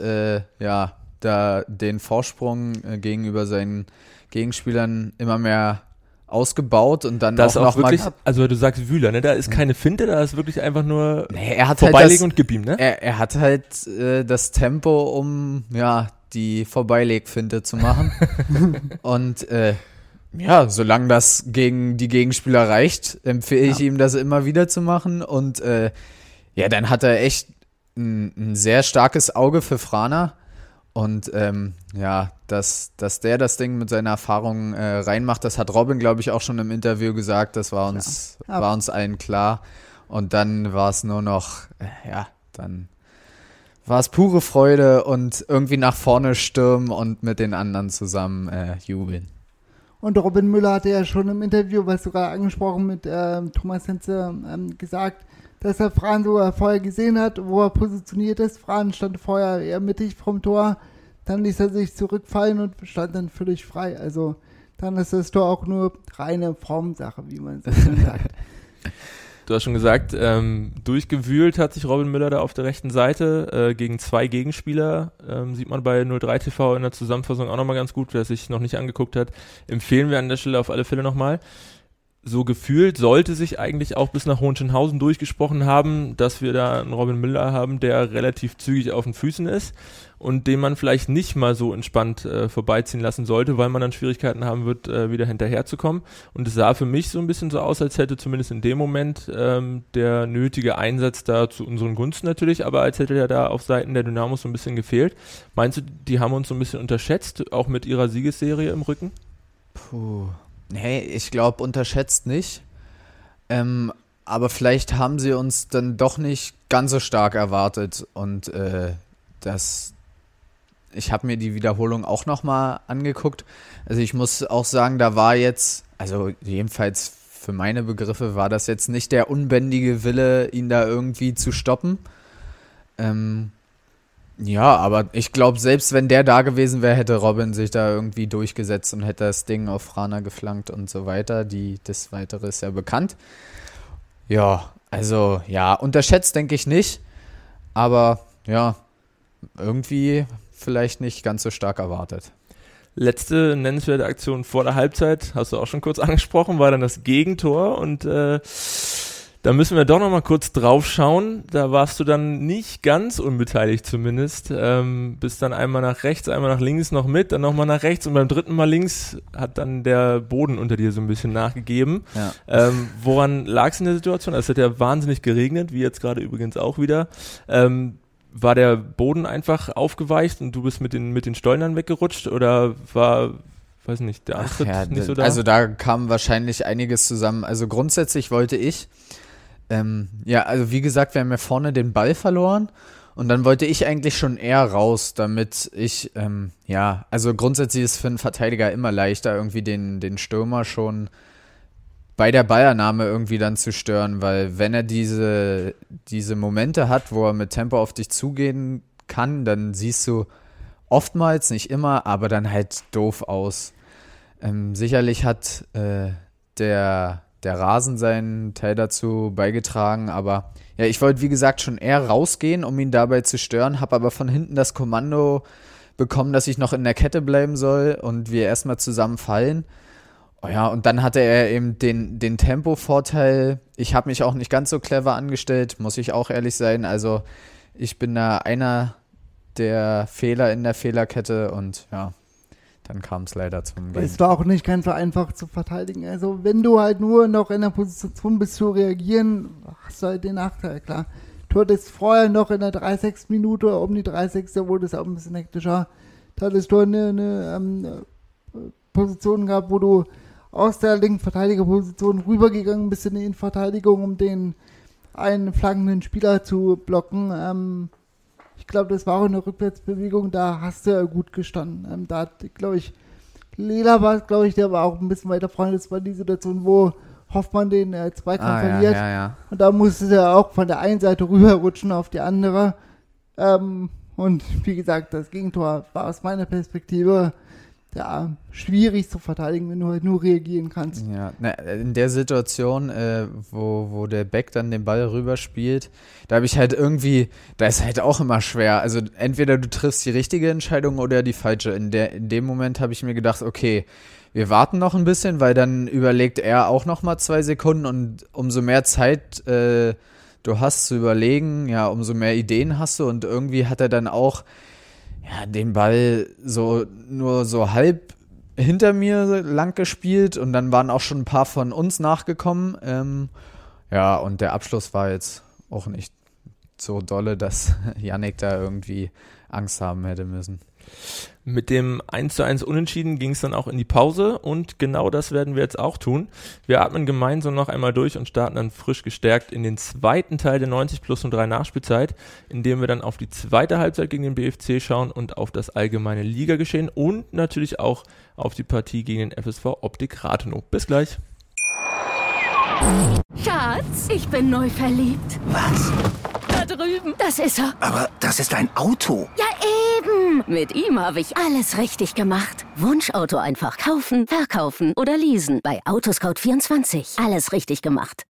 da den Vorsprung gegenüber seinen Gegenspielern immer mehr ausgebaut und dann das auch noch wirklich, mal. also du sagst Wühler, ne? Da ist keine Finte, da ist wirklich einfach nur Er hat vorbeilegen halt und gib ihm, ne? Er hat halt das Tempo, um die Vorbeilegfinte zu machen. Und solange das gegen die Gegenspieler reicht, empfehle ich ihm, das immer wieder zu machen. Und dann hat er echt ein sehr starkes Auge für Frana. Und dass der das Ding mit seiner Erfahrung reinmacht, das hat Robin, glaube ich, auch schon im Interview gesagt. Das war uns allen klar. Und dann war es nur noch, dann war es pure Freude und irgendwie nach vorne stürmen und mit den anderen zusammen jubeln. Und Robin Müller hatte ja schon im Interview, was sogar angesprochen mit Thomas Henze, gesagt, dass er Fran sogar vorher gesehen hat, wo er positioniert ist. Fran stand vorher eher mittig vom Tor, dann ließ er sich zurückfallen und stand dann völlig frei. Also dann ist das Tor auch nur reine Formsache, wie man so schön sagt. Du hast schon gesagt, durchgewühlt hat sich Robin Müller da auf der rechten Seite gegen 2 Gegenspieler. Sieht man bei 03 TV in der Zusammenfassung auch nochmal ganz gut, wer es sich noch nicht angeguckt hat. Empfehlen wir an der Stelle auf alle Fälle nochmal. So gefühlt sollte sich eigentlich auch bis nach Hohenschönhausen durchgesprochen haben, dass wir da einen Robin Müller haben, der relativ zügig auf den Füßen ist und den man vielleicht nicht mal so entspannt vorbeiziehen lassen sollte, weil man dann Schwierigkeiten haben wird, wieder hinterherzukommen. Und es sah für mich so ein bisschen so aus, als hätte zumindest in dem Moment der nötige Einsatz da zu unseren Gunsten natürlich, aber als hätte er da auf Seiten der Dynamos so ein bisschen gefehlt. Meinst du, die haben uns so ein bisschen unterschätzt, auch mit ihrer Siegesserie im Rücken? Puh. Nee, ich glaube, unterschätzt nicht. Aber vielleicht haben sie uns dann doch nicht ganz so stark erwartet. Und ich habe mir die Wiederholung auch nochmal angeguckt. Also ich muss auch sagen, da war jetzt, also jedenfalls für meine Begriffe, war das jetzt nicht der unbändige Wille, ihn da irgendwie zu stoppen. Aber ich glaube, selbst wenn der da gewesen wäre, hätte Robin sich da irgendwie durchgesetzt und hätte das Ding auf Frana geflankt und so weiter. Das Weitere ist ja bekannt. Unterschätzt denke ich nicht. Aber irgendwie vielleicht nicht ganz so stark erwartet. Letzte nennenswerte Aktion vor der Halbzeit, hast du auch schon kurz angesprochen, war dann das Gegentor und da müssen wir doch noch mal kurz drauf schauen. Da warst du dann nicht ganz unbeteiligt zumindest. Bist dann einmal nach rechts, einmal nach links noch mit, dann nochmal nach rechts und beim dritten Mal links hat dann der Boden unter dir so ein bisschen nachgegeben. Ja. Woran lag es in der Situation? Also es hat ja wahnsinnig geregnet, wie jetzt gerade übrigens auch wieder. War der Boden einfach aufgeweicht und du bist mit den Stollen weggerutscht oder war... weiß nicht, der Antritt nicht so da? Also da kam wahrscheinlich einiges zusammen. Also grundsätzlich wollte ich, also wie gesagt, wir haben ja vorne den Ball verloren und dann wollte ich eigentlich schon eher raus, damit ich, also grundsätzlich ist für einen Verteidiger immer leichter, irgendwie den Stürmer schon bei der Ballannahme irgendwie dann zu stören, weil wenn er diese Momente hat, wo er mit Tempo auf dich zugehen kann, dann siehst du oftmals, nicht immer, aber dann halt doof aus. Sicherlich hat der Rasen seinen Teil dazu beigetragen, aber ja, ich wollte wie gesagt schon eher rausgehen, um ihn dabei zu stören, habe aber von hinten das Kommando bekommen, dass ich noch in der Kette bleiben soll und wir erstmal zusammen fallen. Oh ja, und dann hatte er eben den Tempo-Vorteil. Ich habe mich auch nicht ganz so clever angestellt, muss ich auch ehrlich sein. Also ich bin da einer der Fehler in der Fehlerkette und ja, dann kam es leider zum Game. Es war auch nicht ganz so einfach zu verteidigen. Also wenn du halt nur noch in der Position bist zu reagieren, hast du halt den Nachteil, klar. Du hattest vorher noch in der 30. Minute, um die 30. wurde es auch ein bisschen hektischer. Da hattest du eine Position gehabt, wo du aus der linken Verteidigerposition rübergegangen bist in die Innenverteidigung, um den einen flankenden Spieler zu blocken. Ich glaube, das war auch eine Rückwärtsbewegung, da hast du gut gestanden. Da hat, glaube ich, Lela war es, glaube ich, der war auch ein bisschen weiter vorne. Das war die Situation, wo Hoffmann den Zweikampf verliert. Ja. Und da musste er auch von der einen Seite rüberrutschen auf die andere. Und wie gesagt, das Gegentor war aus meiner Perspektive schwierig zu verteidigen, wenn du halt nur reagieren kannst. Ja, in der Situation, wo der Beck dann den Ball rüberspielt, da habe ich halt irgendwie, da ist halt auch immer schwer. Also entweder du triffst die richtige Entscheidung oder die falsche. In dem Moment habe ich mir gedacht, okay, wir warten noch ein bisschen, weil dann überlegt er auch noch mal 2 Sekunden und umso mehr Zeit du hast zu überlegen, ja, umso mehr Ideen hast du und irgendwie hat er dann auch den Ball nur so halb hinter mir lang gespielt und dann waren auch schon ein paar von uns nachgekommen. Und der Abschluss war jetzt auch nicht so dolle, dass Yannick da irgendwie Angst haben hätte müssen. Mit dem 1:1 Unentschieden ging es dann auch in die Pause und genau das werden wir jetzt auch tun. Wir atmen gemeinsam noch einmal durch und starten dann frisch gestärkt in den zweiten Teil der 90+03 Nachspielzeit, in dem wir dann auf die zweite Halbzeit gegen den BFC schauen und auf das allgemeine Ligageschehen und natürlich auch auf die Partie gegen den FSV Optik Rathenow. Bis gleich. Schatz, ich bin neu verliebt. Was? Da drüben. Das ist er. Aber das ist ein Auto. Ja, eben. Mit ihm habe ich alles richtig gemacht. Wunschauto einfach kaufen, verkaufen oder leasen. Bei Autoscout24. Alles richtig gemacht.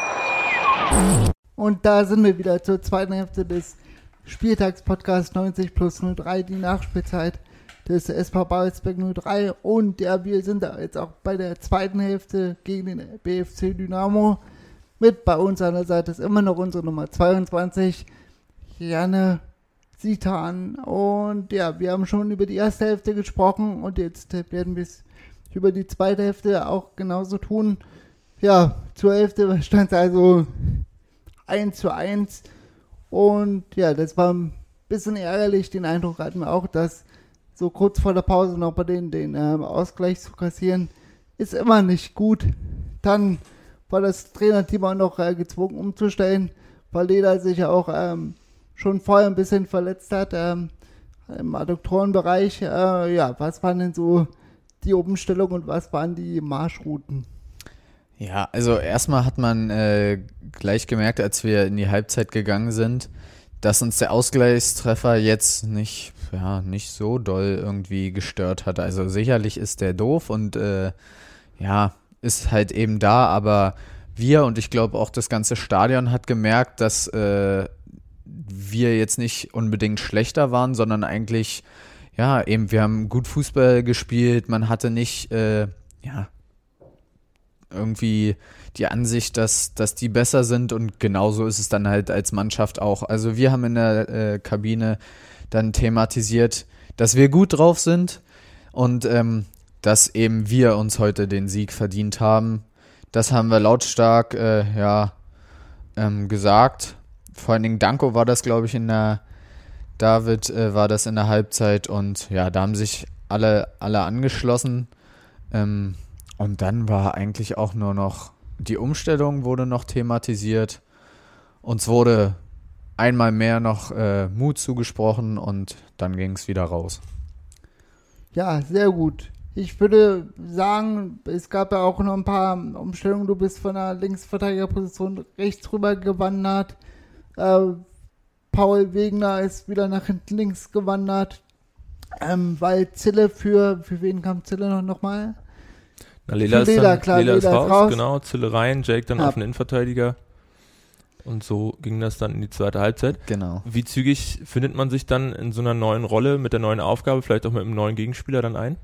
Und da sind wir wieder zur zweiten Hälfte des Spieltagspodcasts 90+03, die Nachspielzeit des SV Babelsberg 03. Und ja, wir sind da jetzt auch bei der zweiten Hälfte gegen den BFC Dynamo. Mit bei uns an der Seite ist immer noch unsere Nummer 22, Janne Sitan. Und ja, wir haben schon über die erste Hälfte gesprochen und jetzt werden wir es über die zweite Hälfte auch genauso tun. Ja, zur Hälfte stand es also 1:1 und ja, das war ein bisschen ärgerlich. Den Eindruck hatten wir auch, dass so kurz vor der Pause noch bei denen den Ausgleich zu kassieren, ist immer nicht gut. Dann war das Trainerteam auch noch gezwungen umzustellen, weil Leder sich ja auch schon vorher ein bisschen verletzt hat im Adduktorenbereich. Was waren denn so die Umstellungen und was waren die Marschrouten? Ja, also erstmal hat man gleich gemerkt, als wir in die Halbzeit gegangen sind, dass uns der Ausgleichstreffer jetzt nicht so doll irgendwie gestört hat. Also sicherlich ist der doof und ist halt eben da, aber wir und ich glaube auch das ganze Stadion hat gemerkt, dass wir jetzt nicht unbedingt schlechter waren, sondern eigentlich, wir haben gut Fußball gespielt, man hatte nicht, irgendwie die Ansicht, dass die besser sind und genauso ist es dann halt als Mannschaft auch. Also wir haben in der Kabine dann thematisiert, dass wir gut drauf sind und dass eben wir uns heute den Sieg verdient haben. Das haben wir lautstark gesagt. Vor allen Dingen Danko war das, glaube ich, David war das in der Halbzeit und ja, da haben sich alle angeschlossen. Und dann war eigentlich auch nur noch, die Umstellung wurde noch thematisiert. Uns wurde einmal mehr noch Mut zugesprochen und dann ging es wieder raus. Ja, sehr gut. Ich würde sagen, es gab ja auch noch ein paar Umstellungen. Du bist von der Linksverteidigerposition rechts rüber gewandert. Paul Wegener ist wieder nach hinten links gewandert. Weil Zille für wen kam Zille noch mal? Lela ist raus, genau, Zille rein, Jake dann auf den Innenverteidiger und so ging das dann in die zweite Halbzeit. Genau. Wie zügig findet man sich dann in so einer neuen Rolle, mit der neuen Aufgabe, vielleicht auch mit einem neuen Gegenspieler dann ein?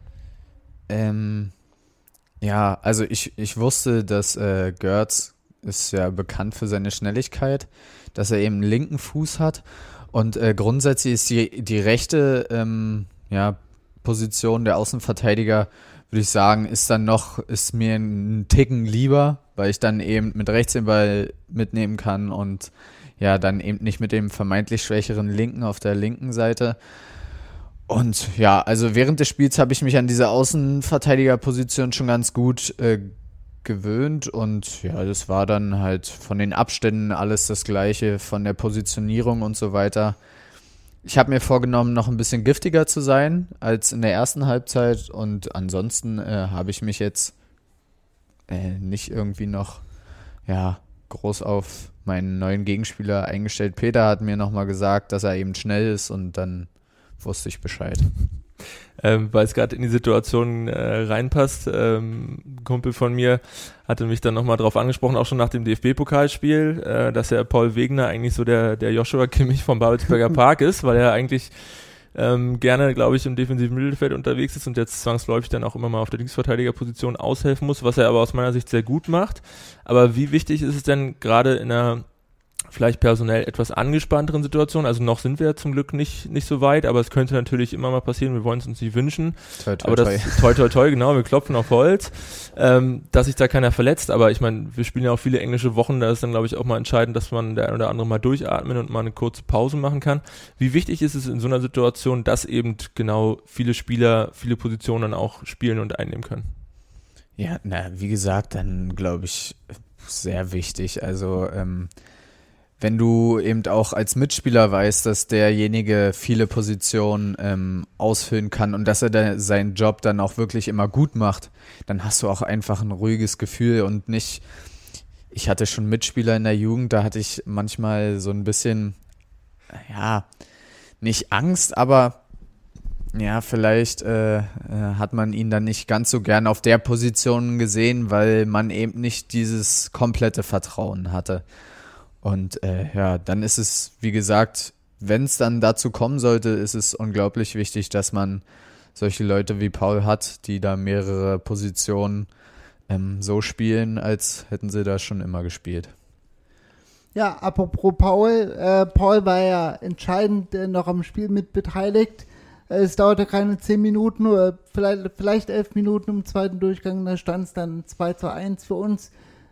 Also ich wusste, dass Görz ist ja bekannt für seine Schnelligkeit, dass er eben einen linken Fuß hat und grundsätzlich ist die rechte Position der Außenverteidiger, würde ich sagen, ist mir ein Ticken lieber, weil ich dann eben mit rechts den Ball mitnehmen kann und ja, dann eben nicht mit dem vermeintlich schwächeren Linken auf der linken Seite. Und ja, also während des Spiels habe ich mich an diese Außenverteidigerposition schon ganz gut gewöhnt und ja, das war dann halt von den Abständen alles das Gleiche, von der Positionierung und so weiter. Ich habe mir vorgenommen, noch ein bisschen giftiger zu sein als in der ersten Halbzeit und ansonsten habe ich mich jetzt nicht irgendwie noch groß auf meinen neuen Gegenspieler eingestellt. Peter hat mir nochmal gesagt, dass er eben schnell ist und dann wusste ich Bescheid. Weil es gerade in die Situation reinpasst. Ein Kumpel von mir hatte mich dann nochmal drauf angesprochen, auch schon nach dem DFB-Pokalspiel, dass ja Paul Wegener eigentlich so der Joshua Kimmich vom Babelsberger Park ist, weil er eigentlich gerne, glaube ich, im defensiven Mittelfeld unterwegs ist und jetzt zwangsläufig dann auch immer mal auf der Linksverteidigerposition aushelfen muss, was er aber aus meiner Sicht sehr gut macht. Aber wie wichtig ist es denn gerade in einer vielleicht personell etwas angespannteren Situation, also noch sind wir ja zum Glück nicht so weit, aber es könnte natürlich immer mal passieren, wir wollen es uns nicht wünschen, Toi, toi, aber das toi, toi, toi, genau, wir klopfen auf Holz, dass sich da keiner verletzt, aber ich meine, wir spielen ja auch viele englische Wochen, da ist dann, glaube ich, auch mal entscheidend, dass man der ein oder andere mal durchatmen und mal eine kurze Pause machen kann. Wie wichtig ist es in so einer Situation, dass eben genau viele Spieler viele Positionen dann auch spielen und einnehmen können? Ja, wie gesagt, dann glaube ich, sehr wichtig, also wenn du eben auch als Mitspieler weißt, dass derjenige viele Positionen ausfüllen kann und dass er seinen Job dann auch wirklich immer gut macht, dann hast du auch einfach ein ruhiges Gefühl und nicht, ich hatte schon Mitspieler in der Jugend, da hatte ich manchmal so ein bisschen, ja, nicht Angst, aber ja, vielleicht hat man ihn dann nicht ganz so gern auf der Position gesehen, weil man eben nicht dieses komplette Vertrauen hatte. Und dann ist es, wie gesagt, wenn es dann dazu kommen sollte, ist es unglaublich wichtig, dass man solche Leute wie Paul hat, die da mehrere Positionen so spielen, als hätten sie da schon immer gespielt. Ja, apropos Paul. Paul war ja entscheidend noch am Spiel mit beteiligt. Es dauerte keine 10 Minuten oder vielleicht 11 Minuten im zweiten Durchgang. Da stand es dann 2:1 für uns.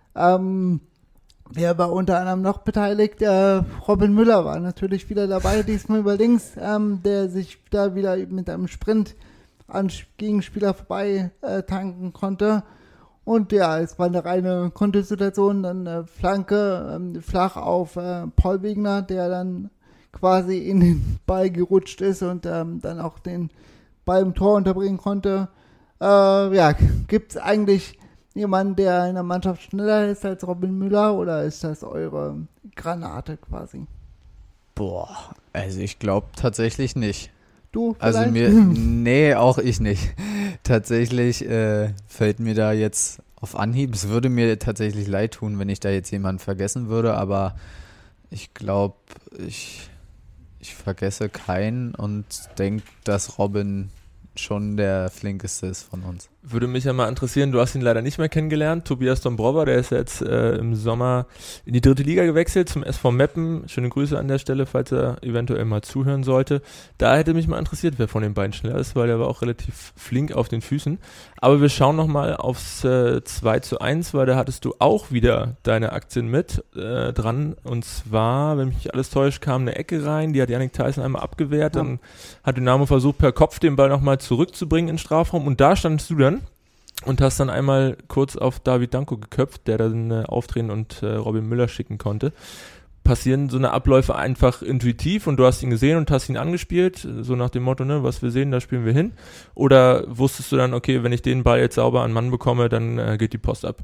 Wer war unter anderem noch beteiligt? Robin Müller war natürlich wieder dabei, diesmal über links, der sich da wieder mit einem Sprint an Gegenspieler vorbei tanken konnte. Und ja, es war eine reine Kontestation, dann Flanke flach auf Paul Wegener, der dann quasi in den Ball gerutscht ist und dann auch den Ball im Tor unterbringen konnte. Gibt es eigentlich jemand, der in der Mannschaft schneller ist als Robin Müller oder ist das eure Granate quasi? Boah, also ich glaube tatsächlich nicht. Du vielleicht? Also nee, auch ich nicht. Tatsächlich fällt mir da jetzt auf Anhieb, es würde mir tatsächlich leid tun, wenn ich da jetzt jemanden vergessen würde, aber ich glaube, ich vergesse keinen und denke, dass Robin schon der flinkeste ist von uns. Würde mich ja mal interessieren, du hast ihn leider nicht mehr kennengelernt, Tobias Dombrova, der ist jetzt im Sommer in die 3. Liga gewechselt, zum SV Meppen. Schöne Grüße an der Stelle, falls er eventuell mal zuhören sollte. Da hätte mich mal interessiert, wer von den beiden schneller ist, weil der war auch relativ flink auf den Füßen. Aber wir schauen nochmal aufs 2:1, weil da hattest du auch wieder deine Aktien mit dran. Und zwar, wenn mich nicht alles täuscht, kam eine Ecke rein, die hat Yannick Theissen einmal abgewehrt, dann hat Dynamo versucht, per Kopf den Ball nochmal zurückzubringen in den Strafraum und da standest du dann und hast dann einmal kurz auf David Danko geköpft, der dann aufdrehen und Robin Müller schicken konnte. Passieren so eine Abläufe einfach intuitiv und du hast ihn gesehen und hast ihn angespielt, so nach dem Motto, ne, was wir sehen, da spielen wir hin? Oder wusstest du dann, okay, wenn ich den Ball jetzt sauber an Mann bekomme, dann geht die Post ab?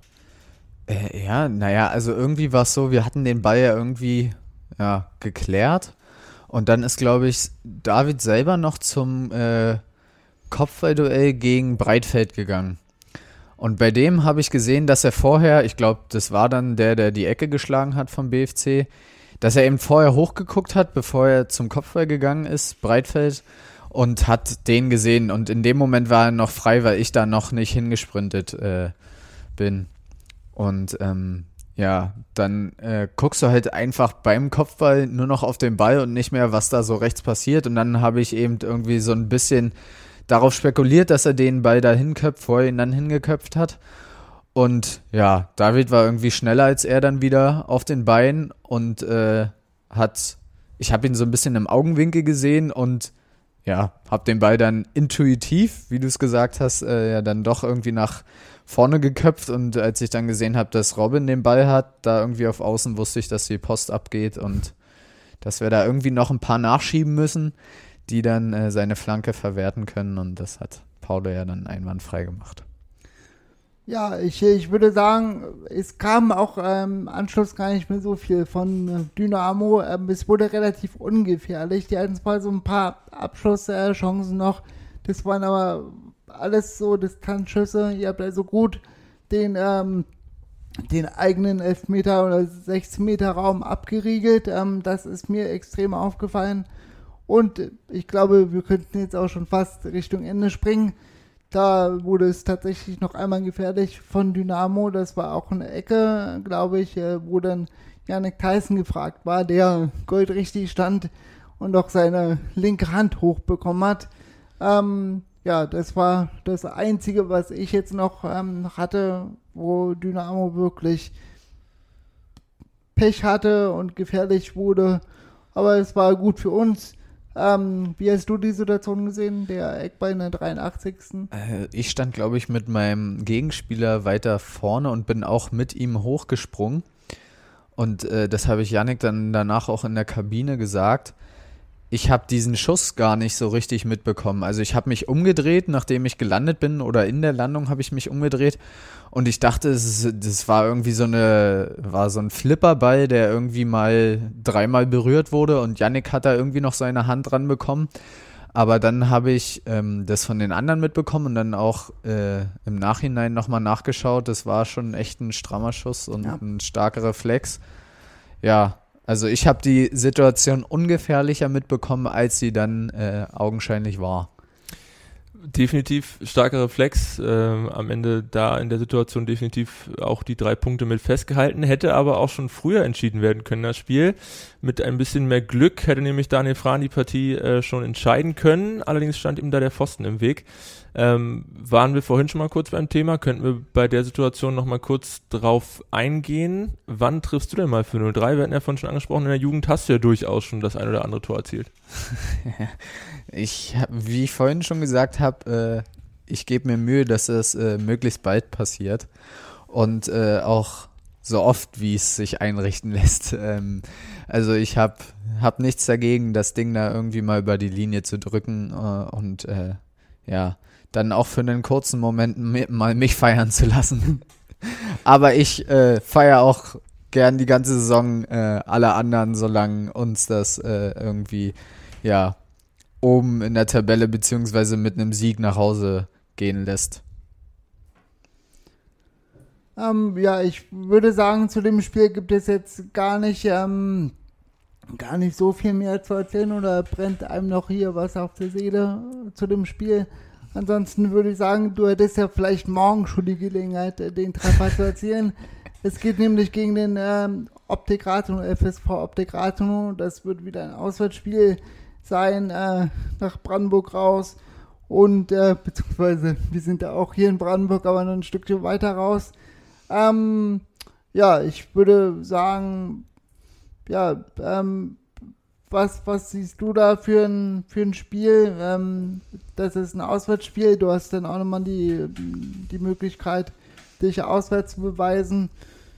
Also irgendwie war es so, wir hatten den Ball ja irgendwie geklärt und dann ist, glaube ich, David selber noch zum Kopfballduell gegen Breitfeld gegangen. Und bei dem habe ich gesehen, dass er vorher, ich glaube, das war dann der die Ecke geschlagen hat vom BFC, dass er eben vorher hochgeguckt hat, bevor er zum Kopfball gegangen ist, Breitfeld, und hat den gesehen. Und in dem Moment war er noch frei, weil ich da noch nicht hingesprintet bin. Und dann guckst du halt einfach beim Kopfball nur noch auf den Ball und nicht mehr, was da so rechts passiert. Und dann habe ich eben irgendwie so ein bisschen darauf spekuliert, dass er den Ball da hinköpft, vorher ihn dann hingeköpft hat. Und ja, David war irgendwie schneller als er dann wieder auf den Beinen und ich habe ihn so ein bisschen im Augenwinkel gesehen und ja, habe den Ball dann intuitiv, wie du es gesagt hast, dann doch irgendwie nach vorne geköpft. Und als ich dann gesehen habe, dass Robin den Ball hat, da irgendwie auf Außen, wusste ich, dass die Post abgeht und dass wir da irgendwie noch ein paar nachschieben müssen, die dann seine Flanke verwerten können, und das hat Paulo ja dann einwandfrei gemacht. Ja, ich würde sagen, es kam auch im Anschluss gar nicht mehr so viel von Dynamo. Es wurde relativ ungefährlich. Die hatten zwar so ein paar Abschlusschancen noch, das waren aber alles so Distanzschüsse. Ihr habt also gut den eigenen 11-Meter- oder 16-Meter-Raum abgeriegelt. Das ist mir extrem aufgefallen. Und ich glaube, wir könnten jetzt auch schon fast Richtung Ende springen. Da wurde es tatsächlich noch einmal gefährlich von Dynamo. Das war auch eine Ecke, glaube ich, wo dann Yannick Tyson gefragt war, der goldrichtig stand und auch seine linke Hand hochbekommen hat. Ja, das war das Einzige, was ich jetzt noch hatte, wo Dynamo wirklich Pech hatte und gefährlich wurde. Aber es war gut für uns. Wie hast du die Situation gesehen, der Eckball in der 83.? Ich stand, glaube ich, mit meinem Gegenspieler weiter vorne und bin auch mit ihm hochgesprungen. Und das habe ich Yannick dann danach auch in der Kabine gesagt. Ich habe diesen Schuss gar nicht so richtig mitbekommen. Also ich habe mich umgedreht, nachdem ich gelandet bin, oder in der Landung habe ich mich umgedreht und ich dachte, das war irgendwie so ein Flipperball, der irgendwie mal 3-mal berührt wurde und Yannick hat da irgendwie noch seine Hand dran bekommen. Aber dann habe ich das von den anderen mitbekommen und dann auch im Nachhinein nochmal nachgeschaut. Das war schon echt ein strammer Schuss und ein starker Reflex. Ja, also ich habe die Situation ungefährlicher mitbekommen, als sie dann augenscheinlich war. Definitiv starker Reflex, am Ende da in der Situation definitiv auch die 3 Punkte mit festgehalten, hätte aber auch schon früher entschieden werden können, das Spiel. Mit ein bisschen mehr Glück hätte nämlich Daniel Frahn die Partie schon entscheiden können, allerdings stand ihm da der Pfosten im Weg. Waren wir vorhin schon mal kurz beim Thema, könnten wir bei der Situation noch mal kurz drauf eingehen. Wann triffst du denn mal für 0-3? Wir hatten ja vorhin schon angesprochen, in der Jugend hast du ja durchaus schon das ein oder andere Tor erzielt. Wie ich vorhin schon gesagt habe, ich gebe mir Mühe, dass es möglichst bald passiert und auch so oft, wie es sich einrichten lässt. Also ich hab nichts dagegen, das Ding da irgendwie mal über die Linie zu drücken und dann auch für einen kurzen Moment mal mich feiern zu lassen. Aber ich feiere auch gern die ganze Saison alle anderen, solange uns das irgendwie oben in der Tabelle beziehungsweise mit einem Sieg nach Hause gehen lässt. Ich würde sagen, zu dem Spiel gibt es jetzt gar nicht so viel mehr zu erzählen, oder brennt einem noch hier was auf der Seele zu dem Spiel? Ansonsten würde ich sagen, du hättest ja vielleicht morgen schon die Gelegenheit, den Treffer zu erzielen. Es geht nämlich gegen den Optik Rathenow, FSV Optik Rathenow. Das wird wieder ein Auswärtsspiel sein, nach Brandenburg raus. Und beziehungsweise wir sind ja auch hier in Brandenburg, aber noch ein Stückchen weiter raus. Ich würde sagen, was siehst du da für ein Spiel? Das ist ein Auswärtsspiel, du hast dann auch nochmal die Möglichkeit, dich auswärts zu beweisen.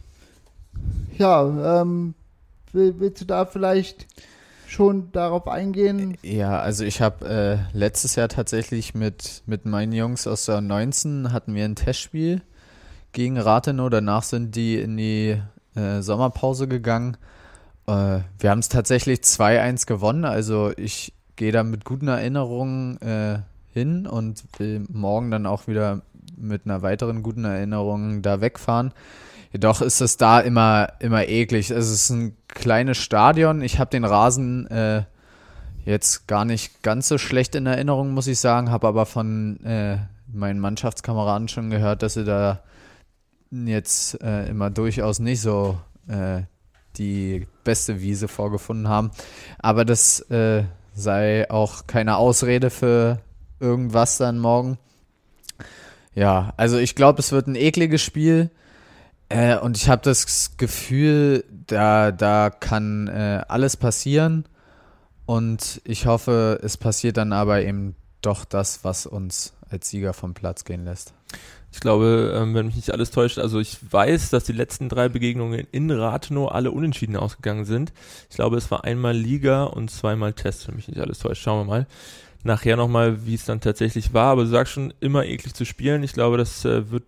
Willst du da vielleicht schon darauf eingehen? Ja, also ich habe letztes Jahr tatsächlich mit meinen Jungs aus der 19 hatten wir ein Testspiel gegen Rathenow, danach sind die in die Sommerpause gegangen. Wir haben es tatsächlich 2-1 gewonnen, also ich gehe da mit guten Erinnerungen hin und will morgen dann auch wieder mit einer weiteren guten Erinnerung da wegfahren. Jedoch ist es da immer eklig. Es ist ein kleines Stadion. Ich habe den Rasen jetzt gar nicht ganz so schlecht in Erinnerung, muss ich sagen, habe aber von meinen Mannschaftskameraden schon gehört, dass sie da jetzt immer durchaus nicht so die beste Wiese vorgefunden haben. Aber das sei auch keine Ausrede für irgendwas dann morgen. Ja, also ich glaube, es wird ein ekliges Spiel und ich habe das Gefühl, da kann alles passieren und ich hoffe, es passiert dann aber eben doch das, was uns als Sieger vom Platz gehen lässt. Ich glaube, wenn mich nicht alles täuscht, also ich weiß, dass die letzten 3 Begegnungen in Rathenow alle unentschieden ausgegangen sind. Ich glaube, es war einmal Liga und 2-mal Test, wenn mich nicht alles täuscht. Schauen wir mal nachher nochmal, wie es dann tatsächlich war. Aber du sagst schon, immer eklig zu spielen. Ich glaube, das wird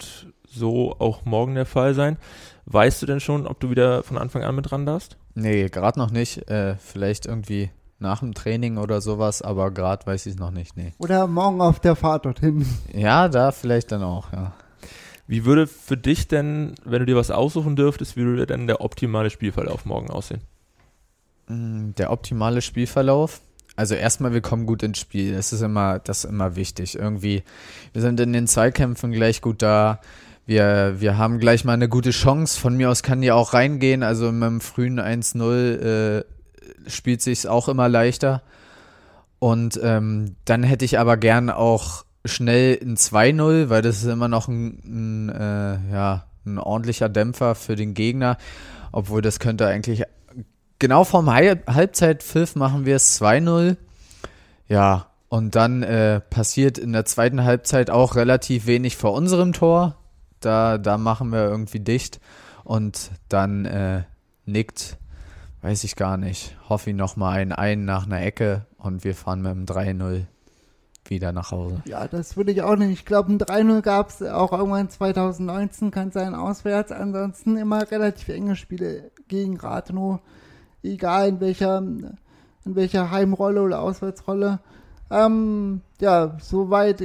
so auch morgen der Fall sein. Weißt du denn schon, ob du wieder von Anfang an mit ran darfst? Nee, gerade noch nicht. Vielleicht irgendwie nach dem Training oder sowas, aber gerade weiß ich es noch nicht, nee. Oder morgen auf der Fahrt dorthin. Ja, da vielleicht dann auch, ja. Wie würde für dich denn, wenn du dir was aussuchen dürftest, wie würde denn der optimale Spielverlauf morgen aussehen? Der optimale Spielverlauf? Also erstmal, wir kommen gut ins Spiel. Das ist immer wichtig. Irgendwie, wir sind in den Zweikämpfen gleich gut da. Wir haben gleich mal eine gute Chance. Von mir aus kann die auch reingehen. Also mit dem frühen 1-0 spielt sich's auch immer leichter. Und dann hätte ich aber gern auch schnell ein 2-0, weil das ist immer noch ein ordentlicher Dämpfer für den Gegner. Obwohl das könnte eigentlich genau vorm Halbzeitpfiff machen wir es 2-0. Ja, und dann passiert in der zweiten Halbzeit auch relativ wenig vor unserem Tor. Da machen wir irgendwie dicht. Und dann nickt, weiß ich gar nicht, Hoffi nochmal ein nach einer Ecke und wir fahren mit dem 3-0 wieder nach Hause. Ja, das würde ich auch nicht. Ich glaube, ein 3-0 gab es auch irgendwann 2019, kann sein auswärts. Ansonsten immer relativ enge Spiele gegen Rathenow. Egal in welcher Heimrolle oder Auswärtsrolle. Soweit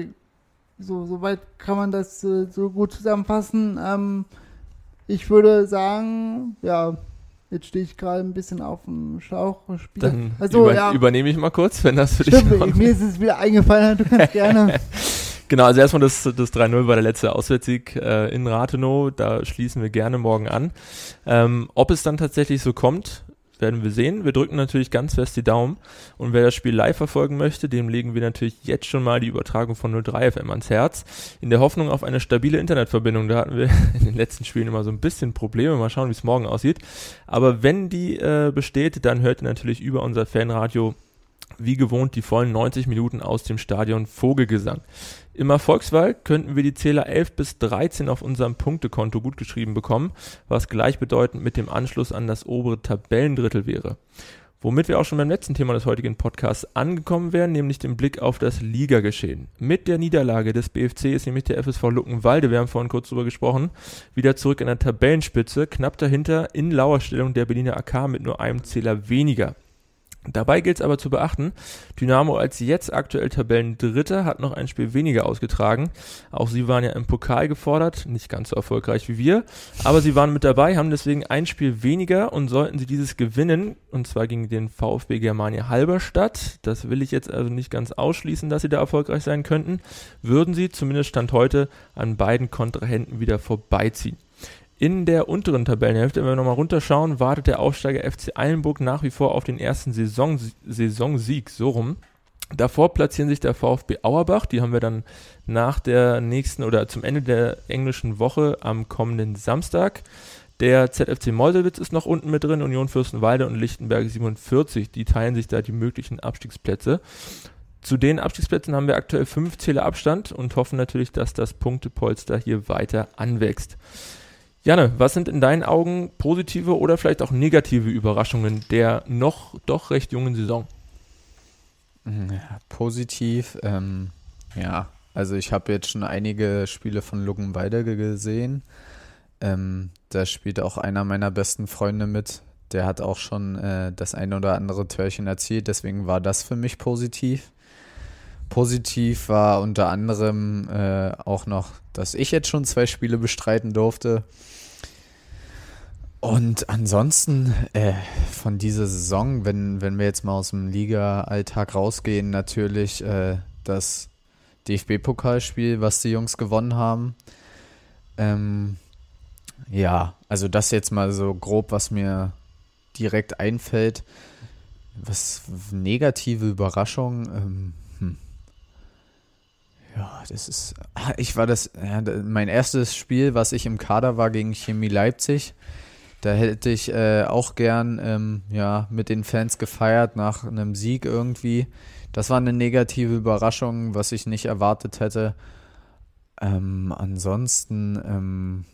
kann man das so gut zusammenfassen. Ich würde sagen, ja, jetzt stehe ich gerade ein bisschen auf dem Schlauch. Dann übernehme ich mal kurz, wenn das für dich stimmt, mir ist es wieder eingefallen, du kannst gerne. Genau, also erstmal das 3-0 war der letzte Auswärtssieg in Rathenow, da schließen wir gerne morgen an. Ob es dann tatsächlich so kommt, werden wir sehen. Wir drücken natürlich ganz fest die Daumen und wer das Spiel live verfolgen möchte, dem legen wir natürlich jetzt schon mal die Übertragung von 03 FM ans Herz. In der Hoffnung auf eine stabile Internetverbindung, da hatten wir in den letzten Spielen immer so ein bisschen Probleme. Mal schauen, wie es morgen aussieht. Aber wenn die besteht, dann hört ihr natürlich über unser Fanradio wie gewohnt die vollen 90 Minuten aus dem Stadion Vogelgesang. Im Erfolgsfall könnten wir die Zähler 11 bis 13 auf unserem Punktekonto gutgeschrieben bekommen, was gleichbedeutend mit dem Anschluss an das obere Tabellendrittel wäre. Womit wir auch schon beim letzten Thema des heutigen Podcasts angekommen wären, nämlich dem Blick auf das Ligageschehen. Mit der Niederlage des BFC ist nämlich der FSV Luckenwalde, wir haben vorhin kurz drüber gesprochen, wieder zurück in der Tabellenspitze, knapp dahinter in Lauerstellung der Berliner AK mit nur einem Zähler weniger. Dabei gilt es aber zu beachten, Dynamo als jetzt aktuell Tabellendritter hat noch ein Spiel weniger ausgetragen. Auch sie waren ja im Pokal gefordert, nicht ganz so erfolgreich wie wir, aber sie waren mit dabei, haben deswegen ein Spiel weniger und sollten sie dieses gewinnen, und zwar gegen den VfB Germania Halberstadt, das will ich jetzt also nicht ganz ausschließen, dass sie da erfolgreich sein könnten, würden sie zumindest Stand heute an beiden Kontrahenten wieder vorbeiziehen. In der unteren Tabellenhälfte, wenn wir nochmal runterschauen, wartet der Aufsteiger FC Eilenburg nach wie vor auf den ersten Saisonsieg, so rum. Davor platzieren sich der VfB Auerbach, die haben wir dann nach der nächsten oder zum Ende der englischen Woche am kommenden Samstag. Der ZFC Meuselwitz ist noch unten mit drin, Union Fürstenwalde und Lichtenberg 47, die teilen sich da die möglichen Abstiegsplätze. Zu den Abstiegsplätzen haben wir aktuell 5 Zähler Abstand und hoffen natürlich, dass das Punktepolster hier weiter anwächst. Janne, was sind in deinen Augen positive oder vielleicht auch negative Überraschungen der noch doch recht jungen Saison? Ja, positiv, also ich habe jetzt schon einige Spiele von Luckenwalde gesehen. Da spielt auch einer meiner besten Freunde mit. Der hat auch schon das ein oder andere Törchen erzielt, deswegen war das für mich positiv. Positiv war unter anderem auch noch, dass ich jetzt schon 2 Spiele bestreiten durfte. Und ansonsten von dieser Saison, wenn wir jetzt mal aus dem Liga-Alltag rausgehen, natürlich das DFB-Pokalspiel, was die Jungs gewonnen haben. Also das jetzt mal so grob, was mir direkt einfällt. Was negative Überraschung, das ist, mein erstes Spiel, was ich im Kader war gegen Chemie Leipzig. Da hätte ich auch gern mit den Fans gefeiert nach einem Sieg irgendwie. Das war eine negative Überraschung, was ich nicht erwartet hätte. Ansonsten,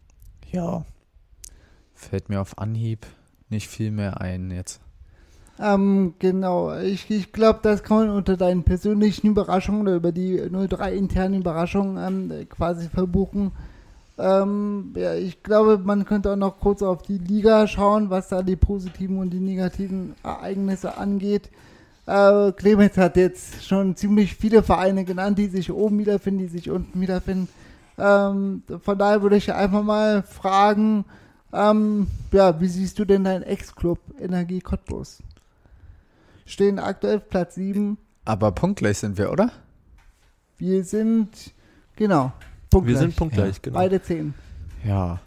fällt mir auf Anhieb nicht viel mehr ein jetzt. Genau, ich glaube, das kann man unter deinen persönlichen Überraschungen oder über die 03 internen Überraschungen quasi verbuchen. Ich glaube, man könnte auch noch kurz auf die Liga schauen, was da die positiven und die negativen Ereignisse angeht. Clemens hat jetzt schon ziemlich viele Vereine genannt, die sich oben wiederfinden, die sich unten wiederfinden. Von daher würde ich einfach mal fragen, wie siehst du denn deinen Ex-Club Energie Cottbus? Stehen aktuell auf Platz 7. Aber punktgleich sind wir, oder? Wir sind, genau, punktgleich. Wir sind punktgleich, genau. Beide 10. Ja,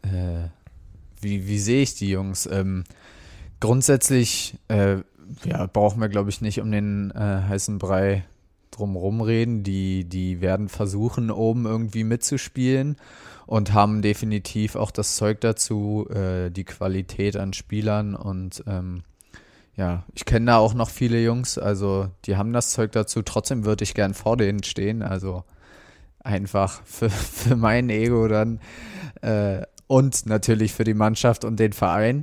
wie sehe ich die Jungs? Grundsätzlich brauchen wir, glaube ich, nicht um den heißen Brei drumherum reden. Die werden versuchen, oben irgendwie mitzuspielen und haben definitiv auch das Zeug dazu, die Qualität an Spielern und ich kenne da auch noch viele Jungs, also die haben das Zeug dazu. Trotzdem würde ich gern vor denen stehen, also einfach für mein Ego dann und natürlich für die Mannschaft und den Verein.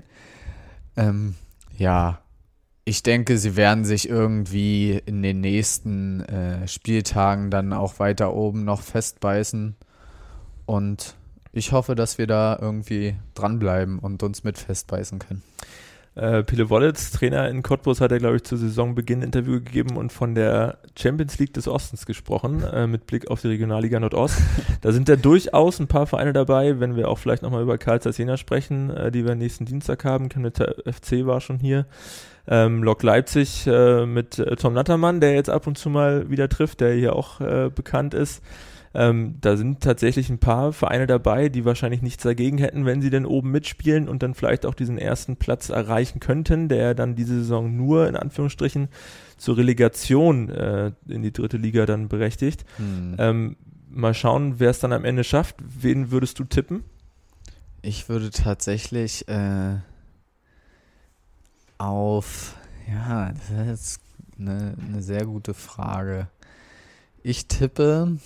Ich denke, sie werden sich irgendwie in den nächsten Spieltagen dann auch weiter oben noch festbeißen und ich hoffe, dass wir da irgendwie dranbleiben und uns mit festbeißen können. Pile Wollitz, Trainer in Cottbus, hat er, glaube ich, zu Saisonbeginn ein Interview gegeben und von der Champions League des Ostens gesprochen, mit Blick auf die Regionalliga Nordost. Da sind ja durchaus ein paar Vereine dabei, wenn wir auch vielleicht nochmal über Karl Zeiss Jena sprechen, die wir nächsten Dienstag haben. Chemnitzer FC war schon hier. Lok Leipzig mit Tom Nattermann, der jetzt ab und zu mal wieder trifft, der hier auch bekannt ist. Da sind tatsächlich ein paar Vereine dabei, die wahrscheinlich nichts dagegen hätten, wenn sie denn oben mitspielen und dann vielleicht auch diesen ersten Platz erreichen könnten, der dann diese Saison nur in Anführungsstrichen zur Relegation in die 3. Liga dann berechtigt. Mal schauen, wer es dann am Ende schafft. Wen würdest du tippen? Ich würde tatsächlich das ist jetzt eine sehr gute Frage. Ich tippe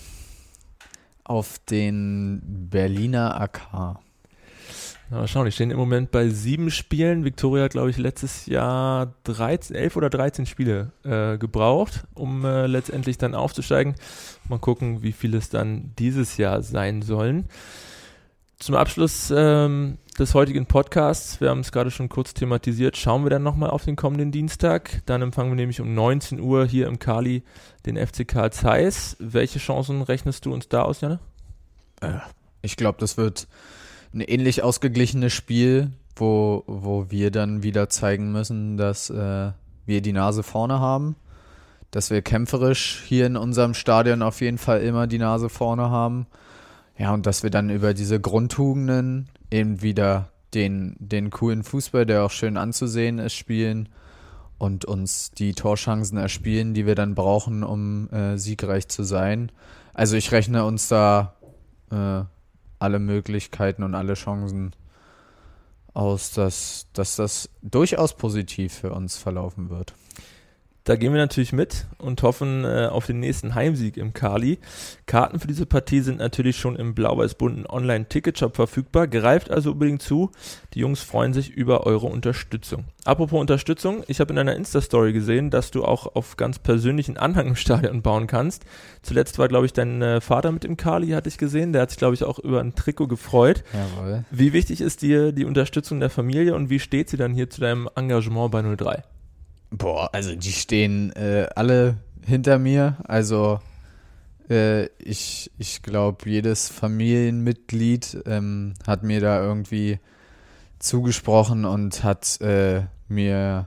auf den Berliner AK. Mal schauen, die stehen im Moment bei 7 Spielen. Viktoria hat, glaube ich, letztes Jahr 11 oder 13 Spiele gebraucht, um letztendlich dann aufzusteigen. Mal gucken, wie viele es dann dieses Jahr sein sollen. Zum Abschluss des heutigen Podcasts, wir haben es gerade schon kurz thematisiert, schauen wir dann nochmal auf den kommenden Dienstag. Dann empfangen wir nämlich um 19 Uhr hier im Kali den FC Karl Zeiss. Welche Chancen rechnest du uns da aus, Janne? Ich glaube, das wird ein ähnlich ausgeglichenes Spiel, wo wir dann wieder zeigen müssen, dass wir die Nase vorne haben, dass wir kämpferisch hier in unserem Stadion auf jeden Fall immer die Nase vorne haben. Ja, und dass wir dann über diese Grundtugenden eben wieder den coolen Fußball, der auch schön anzusehen ist, spielen und uns die Torchancen erspielen, die wir dann brauchen, um siegreich zu sein. Also ich rechne uns da alle Möglichkeiten und alle Chancen aus, dass das durchaus positiv für uns verlaufen wird. Da gehen wir natürlich mit und hoffen auf den nächsten Heimsieg im Kali. Karten für diese Partie sind natürlich schon im blau-weiß-bunten Online-Ticketshop verfügbar. Greift also unbedingt zu. Die Jungs freuen sich über eure Unterstützung. Apropos Unterstützung, ich habe in deiner Insta-Story gesehen, dass du auch auf ganz persönlichen Anhang im Stadion bauen kannst. Zuletzt war, glaube ich, dein Vater mit im Kali, hatte ich gesehen. Der hat sich, glaube ich, auch über ein Trikot gefreut. Jawohl. Wie wichtig ist dir die Unterstützung der Familie und wie steht sie dann hier zu deinem Engagement bei 03? Also die stehen alle hinter mir. Also ich glaube, jedes Familienmitglied hat mir da irgendwie zugesprochen und hat mir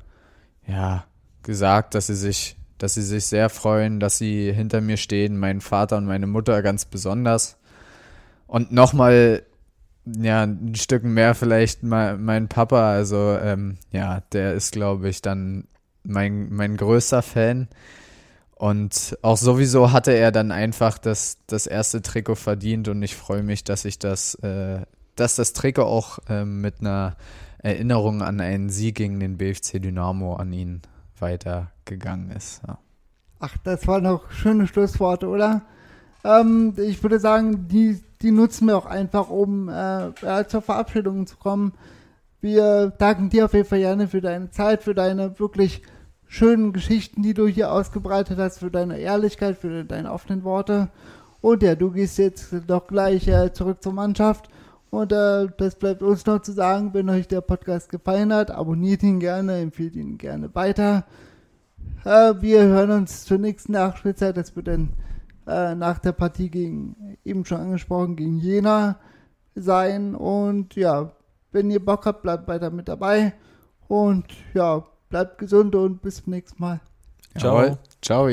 gesagt, dass sie sich sehr freuen, dass sie hinter mir stehen. Mein Vater und meine Mutter ganz besonders. Und nochmal ein Stück mehr vielleicht mein Papa. Also der ist, glaube ich, dann mein größter Fan und auch sowieso hatte er dann einfach das erste Trikot verdient und ich freue mich, dass das Trikot auch mit einer Erinnerung an einen Sieg gegen den BFC Dynamo an ihn weitergegangen ist. Ja. Ach, das waren noch schöne Schlussworte, oder? Ich würde sagen, die nutzen wir auch einfach, um zur Verabschiedung zu kommen. Wir danken dir auf jeden Fall, Janne, für deine Zeit, für deine wirklich schönen Geschichten, die du hier ausgebreitet hast, für deine Ehrlichkeit, für deine offenen Worte. Und ja, du gehst jetzt doch gleich zurück zur Mannschaft. Und das bleibt uns noch zu sagen, wenn euch der Podcast gefallen hat, abonniert ihn gerne, empfiehlt ihn gerne weiter. Wir hören uns zur nächsten Nachspielzeit. Das wird dann nach der Partie gegen, eben schon angesprochen, gegen Jena sein. Und ja, wenn ihr Bock habt, bleibt weiter mit dabei. Und ja, bleibt gesund und bis zum nächsten Mal. Ciao. Ciao.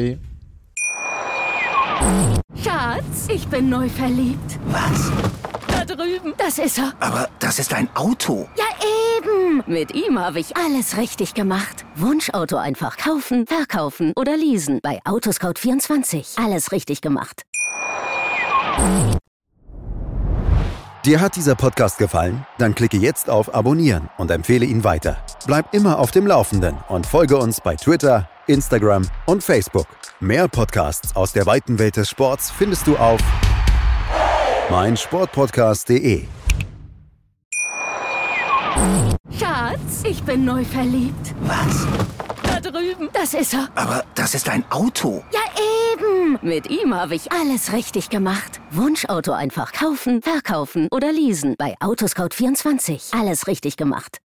Schatz, ich bin neu verliebt. Was? Da drüben. Das ist er. Aber das ist ein Auto. Ja, eben. Mit ihm habe ich alles richtig gemacht. Wunschauto einfach kaufen, verkaufen oder leasen. Bei Autoscout24. Alles richtig gemacht. Dir hat dieser Podcast gefallen? Dann klicke jetzt auf Abonnieren und empfehle ihn weiter. Bleib immer auf dem Laufenden und folge uns bei Twitter, Instagram und Facebook. Mehr Podcasts aus der weiten Welt des Sports findest du auf meinsportpodcast.de. Schatz, ich bin neu verliebt. Was? Da drüben. Das ist er. Aber das ist ein Auto. Ja, eben. Mit ihm habe ich alles richtig gemacht. Wunschauto einfach kaufen, verkaufen oder leasen. Bei Autoscout24. Alles richtig gemacht.